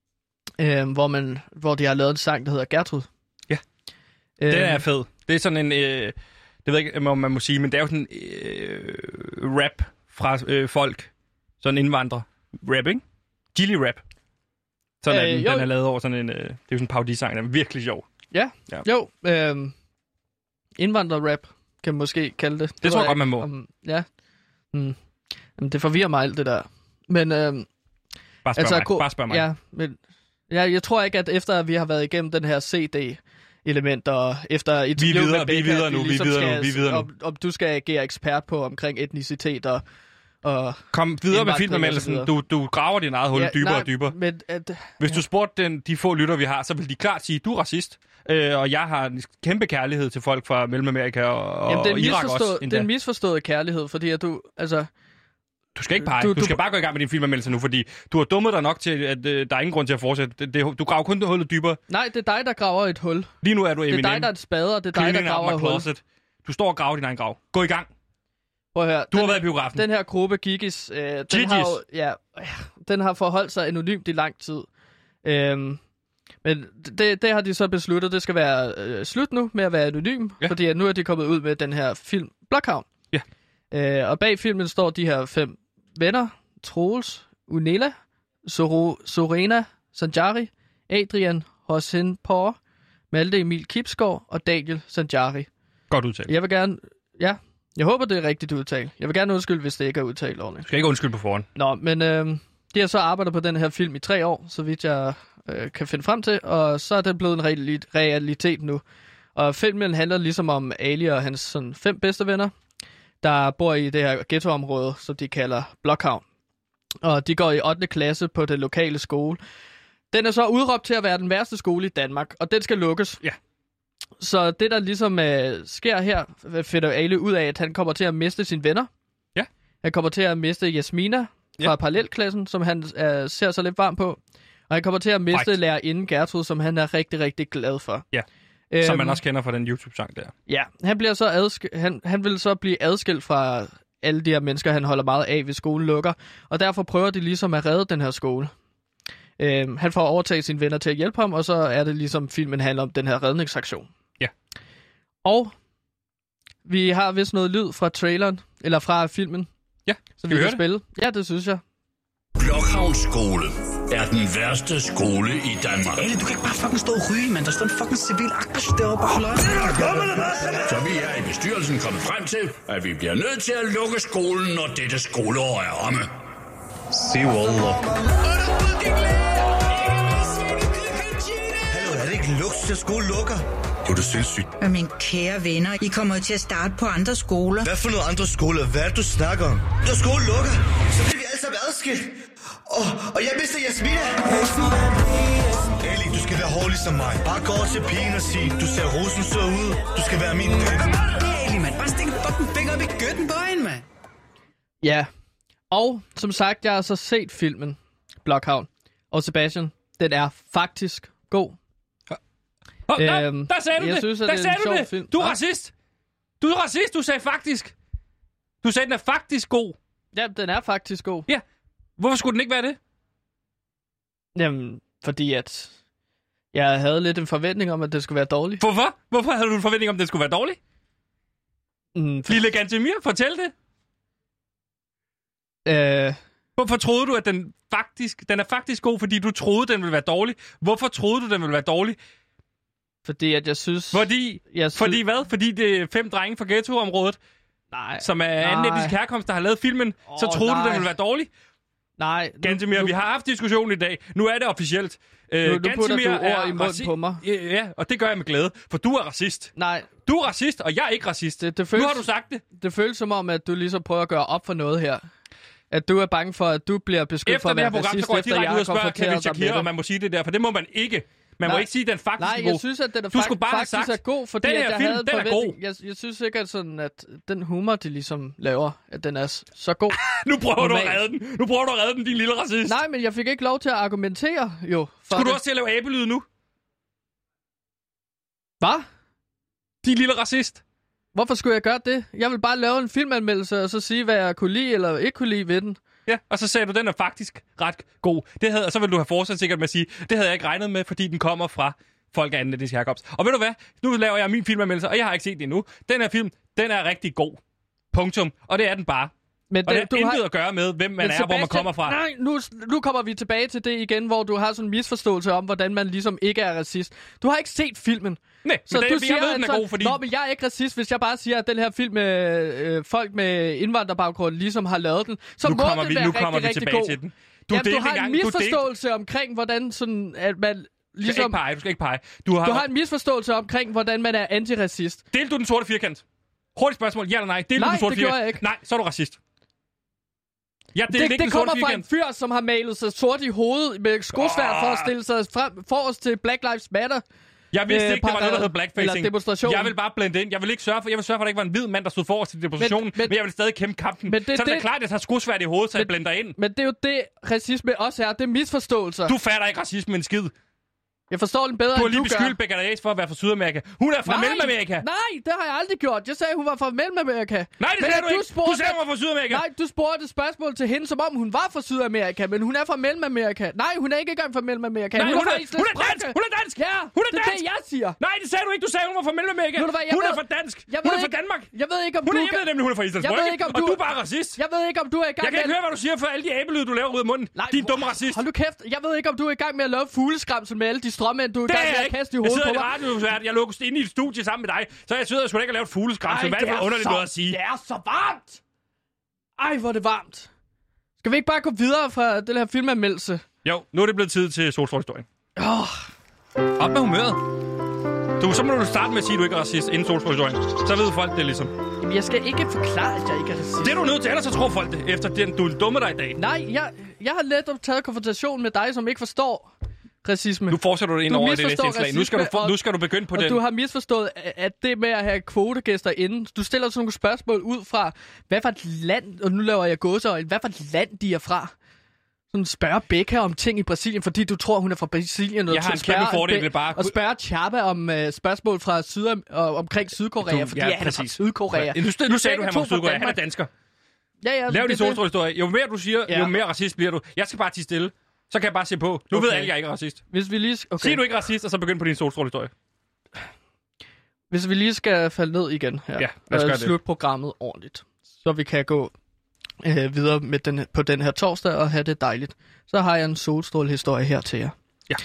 øh, hvor, man, hvor de har lavet en sang, der hedder Gertrud. Ja. Øh, Den er fed. Det er sådan en... Øh, det ved jeg ikke, om man må sige, men det er jo sådan en øh, rap fra øh, folk. Sådan indvandrer. Rap, ikke? Gilly rap. Sådan er Øh, den. jo. Den er lavet over sådan en... Øh, det er jo sådan en parodisang, den er virkelig sjov. Ja, Ja. ja. jo. Øh, indvandrerrap kan man måske kalde det. Det tror ved jeg godt, man ikke, må. Om, ja. Mm. Jamen, det forvirrer mig alt det der. Men... Øh, Bare spørg mig. ko- Bare spørg mig. Ja, men ja, jeg tror ikke, at efter at vi har været igennem den her C D-element, og efter et Vi er interview videre, med vi er Becca, videre at nu, vi er ligesom videre nu, skal- vi er videre nu. Om, om du skal agere ekspert på omkring etnicitet og... og Kom videre med Indvandring filmanmeldelsen. og Du, du graver dit eget hul ja, dybere nej, og dybere. Men, at, Hvis du spurgte den, de få lytter, vi har, så vil de klart sige, du er racist. Øh, og jeg har en kæmpe kærlighed til folk fra Mellemamerika og, jamen, det er og en Irak også. misforstået, det Endda. er en misforstået kærlighed, fordi at du... Altså, Du skal ikke pege. Du- Du, du, du- skal bare gå i gang med din filmanmeldelse nu, fordi du har dummet dig nok til, at øh, der er ingen grund til at fortsætte. Det, det, du graver kun det hullet dybere. nej, det er dig, der graver et hul. Lige nu er du Det Eminem. er dig, der er et spader, det er dig, der Cleaning out graver my et hul. closet. Du står og graver din egen grav. Gå i gang. Prøv at høre. Du den, har været i biografen. Den her gruppe, Gigis, øh, den, Gigis. har jo, ja, den har forholdt sig anonymt i lang tid. Øhm, men det, det har de så besluttet, det skal være øh, slut nu med at være anonym, Ja. ja. fordi at nu er de kommet ud med den her film, Blockhavn. Ja. Øh, og bag filmen står de her fem venner, Troels, Unela, Soro, Sorena Sanjari, Adrian Hosenpour, Malte Emil Kipsgaard og Daniel Sanjari. Godt udtalt. Jeg vil gerne... Ja, jeg håber, det er rigtigt udtalt. Jeg vil gerne undskylde, hvis det ikke er udtalt ordentligt. Du skal ikke undskylde på forhånd. Nå, men øh, de har så arbejdet på den her film i tre år, så vidt jeg øh, kan finde frem til, og så er den blevet en reali- realitet nu. Og filmen handler ligesom om Ali og hans sådan, fem bedste venner, der bor i det her ghettoområde, som de kalder Blockhavn. Og de går i ottende klasse på den lokale skole. Den er så udråbt til at være den værste skole i Danmark, og den skal lukkes. Ja. Så det, der ligesom øh, sker her, finder Ali ud af, at han kommer til at miste sine venner. Ja. Han kommer til at miste Jasmina fra Ja. parallelklassen, som han øh, ser sig lidt varm på. Og han kommer til at miste Frækt. lærerinden Gertrud, som han er rigtig, rigtig glad for. Ja. Øhm, Som man også kender fra den YouTube-sang der. Ja, han, bliver så adsk- han, han vil så blive adskilt fra alle de her mennesker, han holder meget af, hvis skolen lukker. Og derfor prøver de ligesom at redde den her skole. Øhm, han får overtaget sine venner til at hjælpe ham, og så er det ligesom filmen handler om den her redningsaktion. Ja. Og vi har vist noget lyd fra traileren, eller fra filmen, Ja, så skal vi vi kan høre det? spille. Ja, det synes jeg. Blockhavns skole er den værste skole i Danmark. Ali, du kan ikke bare fucking stå og ryge, mand. Der står en fucking civil akbas deroppe og holder øje. Så vi er i bestyrelsen kommet frem til, at vi bliver nødt til at lukke skolen, når dette skoleår er omme. Hallo, er det ikke luksus, at skole lukker? Det er da sindssygt. Og mine kære venner, I kommer til at starte på andre skoler. Hvad for nogle andre skoler? Hvad er det, du snakker om? Når skolen lukker, så bliver vi alle sammen adskilt. Og, og jeg mister Jasmina. Ali, du skal være hård ligesom mig. Bare gå over til pigen og sige, du ser rosen så ud. Du skal være min ven. Ali, mand. Bare stik en fucking finger op i gøtten på hende, mand. Ja, og som sagt, jeg har så set filmen Blockhavn. Og Sebastian, den er faktisk god. Oh, nej, Øhm, der sagde du jeg det! synes, at der det er sagde en du sjov det! film. Du er Hva? racist! Du er racist, du sagde faktisk! Du sagde, den er faktisk god. Ja, den er faktisk god. Ja, hvorfor skulle den ikke være det? Jamen, Fordi at jeg havde lidt en forventning om, at det skulle være dårligt. Hvorfor? Hvorfor havde du en forventning om, at det skulle være dårligt? Mm, for... Lille Gantemir, fortæl det. Øh... Hvorfor troede du, at den faktisk... Den er faktisk god, fordi du troede, den ville være dårlig. Hvorfor troede du, den ville være dårlig? Fordi at jeg synes... Fordi... Jeg synes... Fordi hvad? Fordi det er fem drenge fra ghettoområdet, nej, som er anden etnisk herkomst, der har lavet filmen, oh, så troede nej. du, den ville være dårlig? Nej. Gantemir, nu... vi har haft diskussion i dag. Nu er det officielt. Nu, nu putter du ord i munden raci- på mig. Ja, ja, og det gør jeg med glæde, for du er racist. Nej. Du er racist, og jeg er ikke racist. Det, det føles, nu har du sagt det. Det føles som om, at du ligesom prøver at gøre op for noget her. At du er bange for, at du bliver beskyldt for at være racist, efter det her program, så går jeg direkte ud og spørger Kevin Shakir, om man må sige det der, for det må man ikke. Man Nej. må ikke sige, at den faktisk Nej, er god. jeg synes, at den er du fakt- bare faktisk sagt, er god, fordi den her at jeg film, havde den er god. Jeg, jeg synes ikke, at, sådan, at den humor, de ligesom laver, at den er så god. Nu prøver du at redde den. Nu prøver du at redde den, din lille racist. Nej, men jeg fik ikke lov til at argumentere, jo. Skulle du det. også til at lave abelyd nu? Hvad? Din lille racist. Hvorfor skulle jeg gøre det? Jeg vil bare lave en filmanmeldelse, og så sige, hvad jeg kunne lide eller ikke kunne lide ved den. Ja, og så sagde du, at den er faktisk ret god. Det havde, og så vil du have fortsat sikkert med at sige, det havde jeg ikke regnet med, fordi den kommer fra folk af anden etnisk herkomst. Og ved du hvad? Nu laver jeg min filmanmeldelse, og jeg har ikke set det endnu. Den her film, den er rigtig god. Punktum. Og det er den bare. Men og det har intet har... at gøre med, hvem man er, hvor man kommer fra. Nej, nu, nu kommer vi tilbage til det igen, hvor du har sådan en misforståelse om, hvordan man ligesom ikke er racist. Du har ikke set filmen. Nej, så men du det, siger, jeg ved, den er god, fordi... Nå, men jeg er ikke racist, hvis jeg bare siger, at den her film med øh, folk med indvandrerbaggrund ligesom har lavet den. Så nu må kommer den vi, være nu rigtig, kommer vi rigtig tilbage god. til den. Du, Jamen, du har gang, en misforståelse delte... omkring, hvordan sådan, at man ligesom... Du skal ikke pege, du skal ikke pege. Du har, du har en misforståelse omkring, hvordan man er antiracist. Delte du den sorte firkant? Hurtigt spørgsmål, ja eller nej? Delte nej, du den sorte det firkant? gjorde jeg ikke. Nej, så er du racist. Ja, det, det, det kommer fra en fyr, som har malet sig sort i hovedet med skosværd oh. for at stille sig frem, forrest til Black Lives Matter. Jeg vidste ikke, det var noget, der hed blackfacing. Demonstration. Jeg vil bare blende ind. Jeg vil ikke sørge for, jeg vil sørge for, at der ikke var en hvid mand, der stod forrest til demonstrationen, men, men, men jeg vil stadig kæmpe kampen. Men det, så det, det er klart, at jeg tager skosværd i hovedet, så men, jeg blender ind. Men det er jo det, racisme også er. Det er misforståelser. Du fatter ikke racisme en skid. Jeg forstår den bedre, end du gør. Du har lige beskyldt Becca for at være fra Sydamerika. Hun er fra nej, Mellemamerika. Nej, det har jeg aldrig gjort. Jeg sagde, hun var fra Mellemamerika. Nej, det sagde du ikke. Spurgte, du sagde, hun var fra Sydamerika. Nej, du spurgte spørgsmål til hende, som om hun var fra Sydamerika, men hun er fra Mellemamerika. Nej, hun er ikke engang fra Mellemamerika. Nej, hun, hun, er, er, hun er dansk. Hun er dansk. Ja, hun er det er dansk. det, jeg siger. Nej, det sagde du ikke. Du sagde, hun var fra Mellemamerika. Hun ved, er fra dansk. Hun er fra Danmark. Jeg ved ikke, om hun du... Er, jeg ved nemlig, hun er fra Islands Brygge. Og du er bare racist. Jeg ved ikke, om du er i gang med... Jeg kan ikke høre, hvad du siger for alle de æbelyd, du laver ud af munden. Din dumme racist. Hold nu kæft. Jeg ved ikke, om du er i gang med at lave fugleskramsel med alle de strømænd, du er i gang med at kaste i hovedet på mig. radiovært. Jeg lukkes inde i et studie sammen med dig, så jeg sidder sgu ikke og lave et fugleskramsel. Hvad er det for underligt noget at sige? Det er så varmt! Ej, hvor er det varmt. Skal vi ikke bare gå videre fra den her filmanmeldelse? Jo, nu er det blevet tid til solstrålehistorien. Åh. Oh. Op med humøret. Du, så må du starte med at sige, at du ikke er racist inden solstrålehistorien. Så ved folk det ligesom. Jamen, jeg skal ikke forklare, at jeg ikke er racist. Det er du nødt til, ellers så tror folk det, efter den, du dummer dig i dag. Nej, jeg, jeg har let taget konfrontation med dig, som ikke forstår racisme. Nu fortsætter du ind du over det næste indslag. Nu skal du, for, nu skal du begynde på og den. Og du har misforstået, at det med at have kvotegæster inden, du stiller sådan nogle spørgsmål ud fra, hvad for et land, og nu laver jeg gåseøjne, hvad for et land de er fra. Sådan spørger Becca om ting i Brasilien, fordi du tror, hun er fra Brasilien. Og jeg har en kæmpe fordel ved bare... Og spørger Chapa om uh, spørgsmål fra Syd og omkring Sydkorea, du, fordi ja, han er fra Sydkorea. Ja, nu, nu, nu sagde du, han var Sydkorea. Han er dansker. Ja, ja, lav din solstrålehistorie. Jo mere du siger, ja. jo mere racist bliver du. Jeg skal bare tie stille. Så kan jeg bare se på. Nu okay. ved alle, jeg ikke er racist. Hvis vi lige... Okay. Sig du ikke racist, og så begynd på din solstrålehistorie. Hvis vi lige skal falde ned igen her, ja, lad os og slutte programmet ordentligt, så vi kan gå øh, videre med den, på den her torsdag og have det dejligt, så har jeg en solstrålehistorie her til jer. Ja.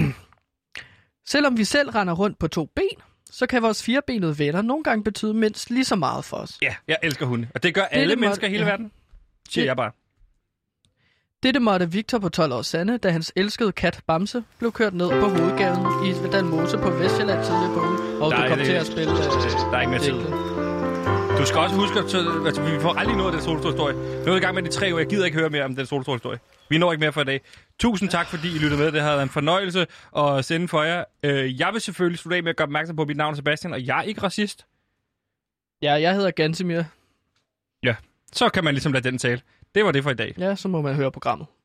Selvom vi selv render rundt på to ben, så kan vores firebenede venner nogle gange betyde mindst lige så meget for os. Ja, jeg elsker hunde, og det gør det alle det mennesker i hele ja. verden, siger det, jeg bare. Dette måtte Victor på tolv år sande, da hans elskede kat Bamse blev kørt ned på hovedgaden i Dalmose på Vestjylland tidligere på ugen. Og du kom det, til at spille... Øh, der er ikke mere tid. Du skal også huske, at altså, vi får aldrig noget af den solstrålehistorie. Nu er vi i gang med de tre år. Jeg gider ikke høre mere om den solstrålehistorie. Vi når ikke mere for i dag. Tusind tak, fordi I lyttede med. Det har været en fornøjelse at sende for jer. Jeg vil selvfølgelig slutte af med at gøre opmærksom på, at mit navn er Sebastian, og jeg er ikke racist. Ja, jeg hedder Gantemir. Ja, så kan man ligesom lade den tale. Det var det for i dag. Ja, så må man høre programmet.